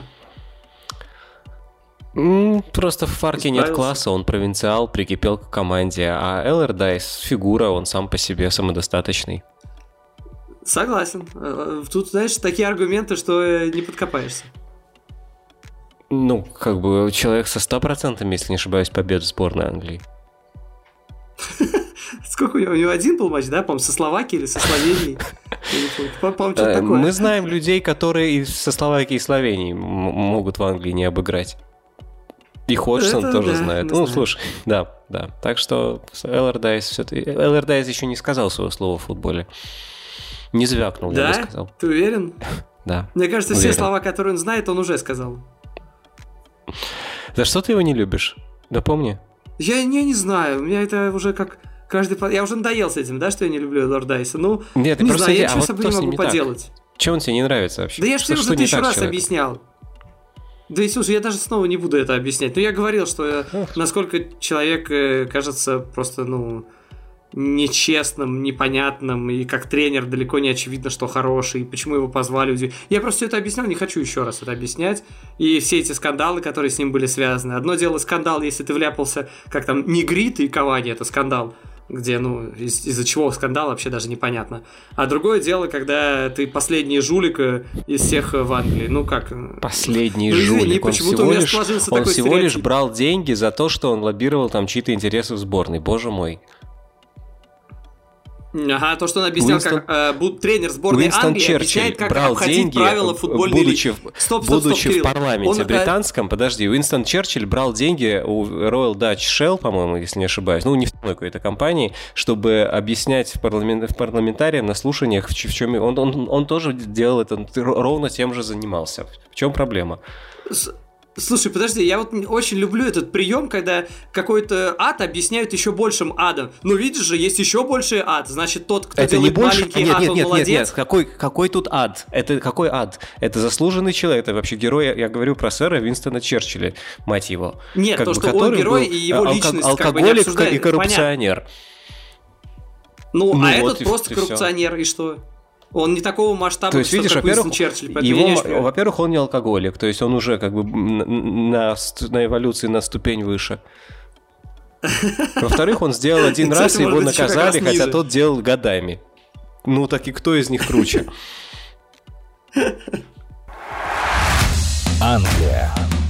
Speaker 2: Просто в Фарке нет класса, он провинциал, прикипел к команде, а Эллардайс фигура, он сам по себе самодостаточный.
Speaker 1: Согласен. Тут, знаешь, такие аргументы, что не подкопаешься.
Speaker 2: Ну, как бы человек со 100%, если не ошибаюсь, побед в сборной Англии.
Speaker 1: Сколько у него? У него один был матч, да? По-моему, со Словакией или со Словенией? По-моему, что-то такое.
Speaker 2: Мы знаем людей, которые со Словакией и Словенией могут в Англии не обыграть. И Ходжсон тоже знает. Ну, слушай, да. Так что Эллардайс все-таки... Эллардайс еще не сказал своего слова в футболе. Не звякнул, я бы сказал.
Speaker 1: Ты уверен?
Speaker 2: Да.
Speaker 1: Мне кажется, все слова, которые он знает, он уже сказал.
Speaker 2: За что ты его не любишь? Напомни.
Speaker 1: Я не знаю. У меня это уже как каждый... Я уже надоел с этим, да, что я не люблю Эллардайса. Ну,
Speaker 2: нет,
Speaker 1: не знаю, я ничего с собой не могу поделать.
Speaker 2: Чего он тебе не нравится вообще?
Speaker 1: Да я же тебе уже 1000 раз объяснял. Да и слушай, я даже снова не буду это объяснять. Но я говорил, что насколько человек кажется просто, нечестным, непонятным, и как тренер далеко не очевидно, что хороший, и почему его позвали. Я просто все это объяснял, не хочу еще раз это объяснять. И все эти скандалы, которые с ним были связаны. Одно дело скандал, если ты вляпался, как там, Негрит и Кавани, это скандал, где, из-за чего скандал, вообще даже непонятно. А другое дело, когда ты последний жулик из всех в Англии. Ну как?
Speaker 2: Последний жулик. Он всего лишь брал деньги за то, что он лоббировал там чьи-то интересы в сборной. Боже мой.
Speaker 1: Ага, то, что он объяснял, как тренер сборной Англии объясняет, как обходить правила футбольной лиги.
Speaker 2: Будучи в парламенте британском, подожди, Уинстон Черчилль брал деньги у Royal Dutch Shell, по-моему, если не ошибаюсь, нефтяной какой-то компании, чтобы объяснять парламентариям на слушаниях, в чем он тоже делал это, ровно тем же занимался. В чем проблема?
Speaker 1: Слушай, подожди, я вот очень люблю этот прием, когда какой-то ад объясняют еще большим адом. Ну, видишь же, есть еще больший ад. Значит, тот, кто
Speaker 2: это
Speaker 1: делает маленький ад, он молодец.
Speaker 2: Нет. Какой тут ад? Это какой ад? Это заслуженный человек, это вообще герой. Я говорю про сэра Уинстона Черчилля, мать его.
Speaker 1: Нет, то, что он герой и его личность
Speaker 2: алкоголик и коррупционер.
Speaker 1: А этот просто коррупционер, и что? Он не такого масштаба,
Speaker 2: то есть, видишь,
Speaker 1: как Уинстон Черчилль.
Speaker 2: Во-первых, он не алкоголик, то есть он уже как бы на эволюции на ступень выше. Во-вторых, он сделал один раз, его наказали, хотя тот делал годами. Ну так и кто из них круче?
Speaker 3: Англия.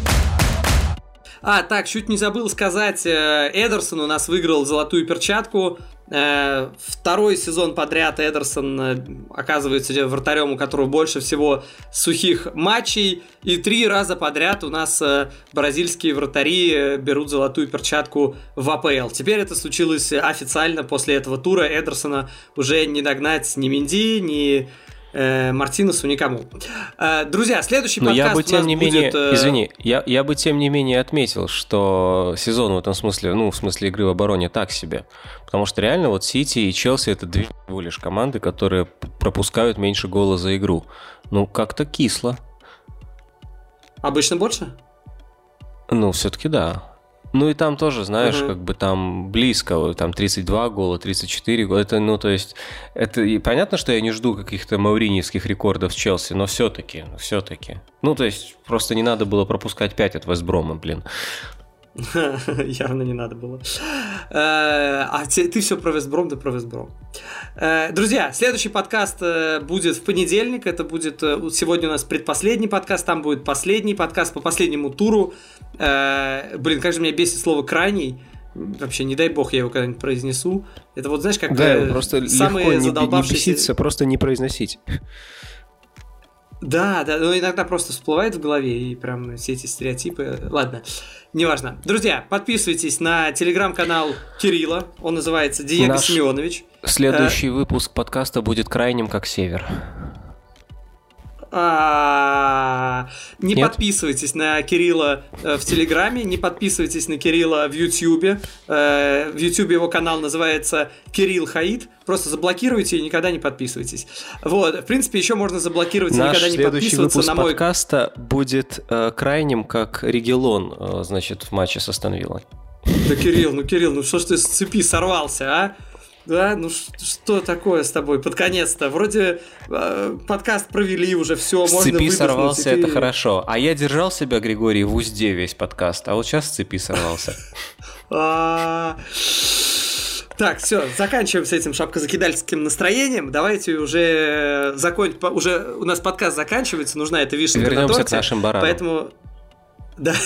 Speaker 1: Так, чуть не забыл сказать, Эдерсон у нас выиграл золотую перчатку. Второй сезон подряд Эдерсон оказывается вратарем, у которого больше всего сухих матчей. И 3 раза подряд у нас бразильские вратари берут золотую перчатку в АПЛ. Теперь это случилось официально. После этого тура Эдерсона уже не догнать ни Менди, ни Мартинесу, никому. Друзья, следующий подкаст
Speaker 2: я бы,
Speaker 1: тем не менее, будет...
Speaker 2: Извини, я бы тем не менее отметил, что сезон в этом смысле, в смысле игры в обороне так себе. Потому что реально вот Сити и Челси — это две всего лишь команды, которые пропускают меньше гола за игру. Как-то кисло.
Speaker 1: Обычно больше?
Speaker 2: Все-таки да. И там тоже, знаешь, как бы там близко, там 32 гола, 34 гола. Это, то есть, это и понятно, что я не жду каких-то мауриньевских рекордов в Челси, но все-таки. То есть, просто не надо было пропускать 5 от Вестброма, блин.
Speaker 1: Явно не надо было. Ты все про Вестбром, да про Вестбром. Друзья, следующий подкаст будет в понедельник. Это будет сегодня у нас предпоследний подкаст. Там будет последний подкаст по последнему туру. Как же меня бесит слово «крайний». Вообще, не дай бог, я его когда-нибудь произнесу. Это вот, знаешь, как
Speaker 2: просто
Speaker 1: самые
Speaker 2: легко
Speaker 1: задолбавшиеся...
Speaker 2: не беситься, просто не произносить.
Speaker 1: Да, но иногда просто всплывает в голове, и прям все эти стереотипы... Ладно, неважно. Друзья, подписывайтесь на телеграм-канал Кирилла, он называется Диего Семенович.
Speaker 2: Следующий выпуск подкаста будет крайним, как север.
Speaker 1: Не подписывайтесь на Кирилла в Телеграме, не подписывайтесь на Кирилла в Ютьюбе. В Ютьюбе его канал называется Кирилл Хаид. Просто заблокируйте и никогда не подписывайтесь. Вот, в принципе, еще можно заблокировать и никогда не подписываться на мой...
Speaker 2: Наш следующий выпуск подкаста будет крайним, как Регелон, значит, в матче с Астон Виллой.
Speaker 1: Да, Кирилл, ну что ж ты с цепи сорвался, а? Да, ну что такое с тобой? Под конец-то. Вроде подкаст провели уже, все, можно выпустить.
Speaker 2: С цепи сорвался, это хорошо. А я держал себя, Григорий, в узде весь подкаст, а вот сейчас с цепи сорвался.
Speaker 1: Так, все, заканчиваем с этим шапкозакидательским настроением. Давайте уже закончим. Уже у нас подкаст заканчивается, нужна эта вишенка на торте.
Speaker 2: Вернемся к нашим баранам.
Speaker 1: Поэтому... Да...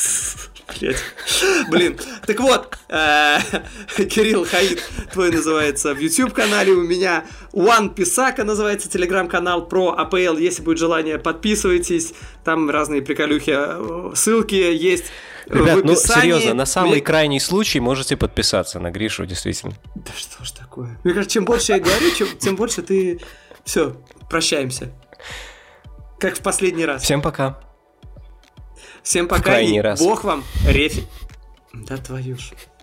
Speaker 1: Блин. Так вот, Кирилл Хаид твой называется в YouTube-канале, у меня One Писака называется телеграм-канал про АПЛ. Если будет желание, подписывайтесь. Там разные приколюхи, ссылки есть.
Speaker 2: Ребят, ну серьезно, на самый крайний случай можете подписаться на Гришу, действительно.
Speaker 1: Да что ж такое? Мне кажется, чем больше я говорю, тем больше ты... Все, прощаемся. Как в последний раз.
Speaker 2: Всем пока.
Speaker 1: Всем пока и Бог вам, рефи. Да твою ж.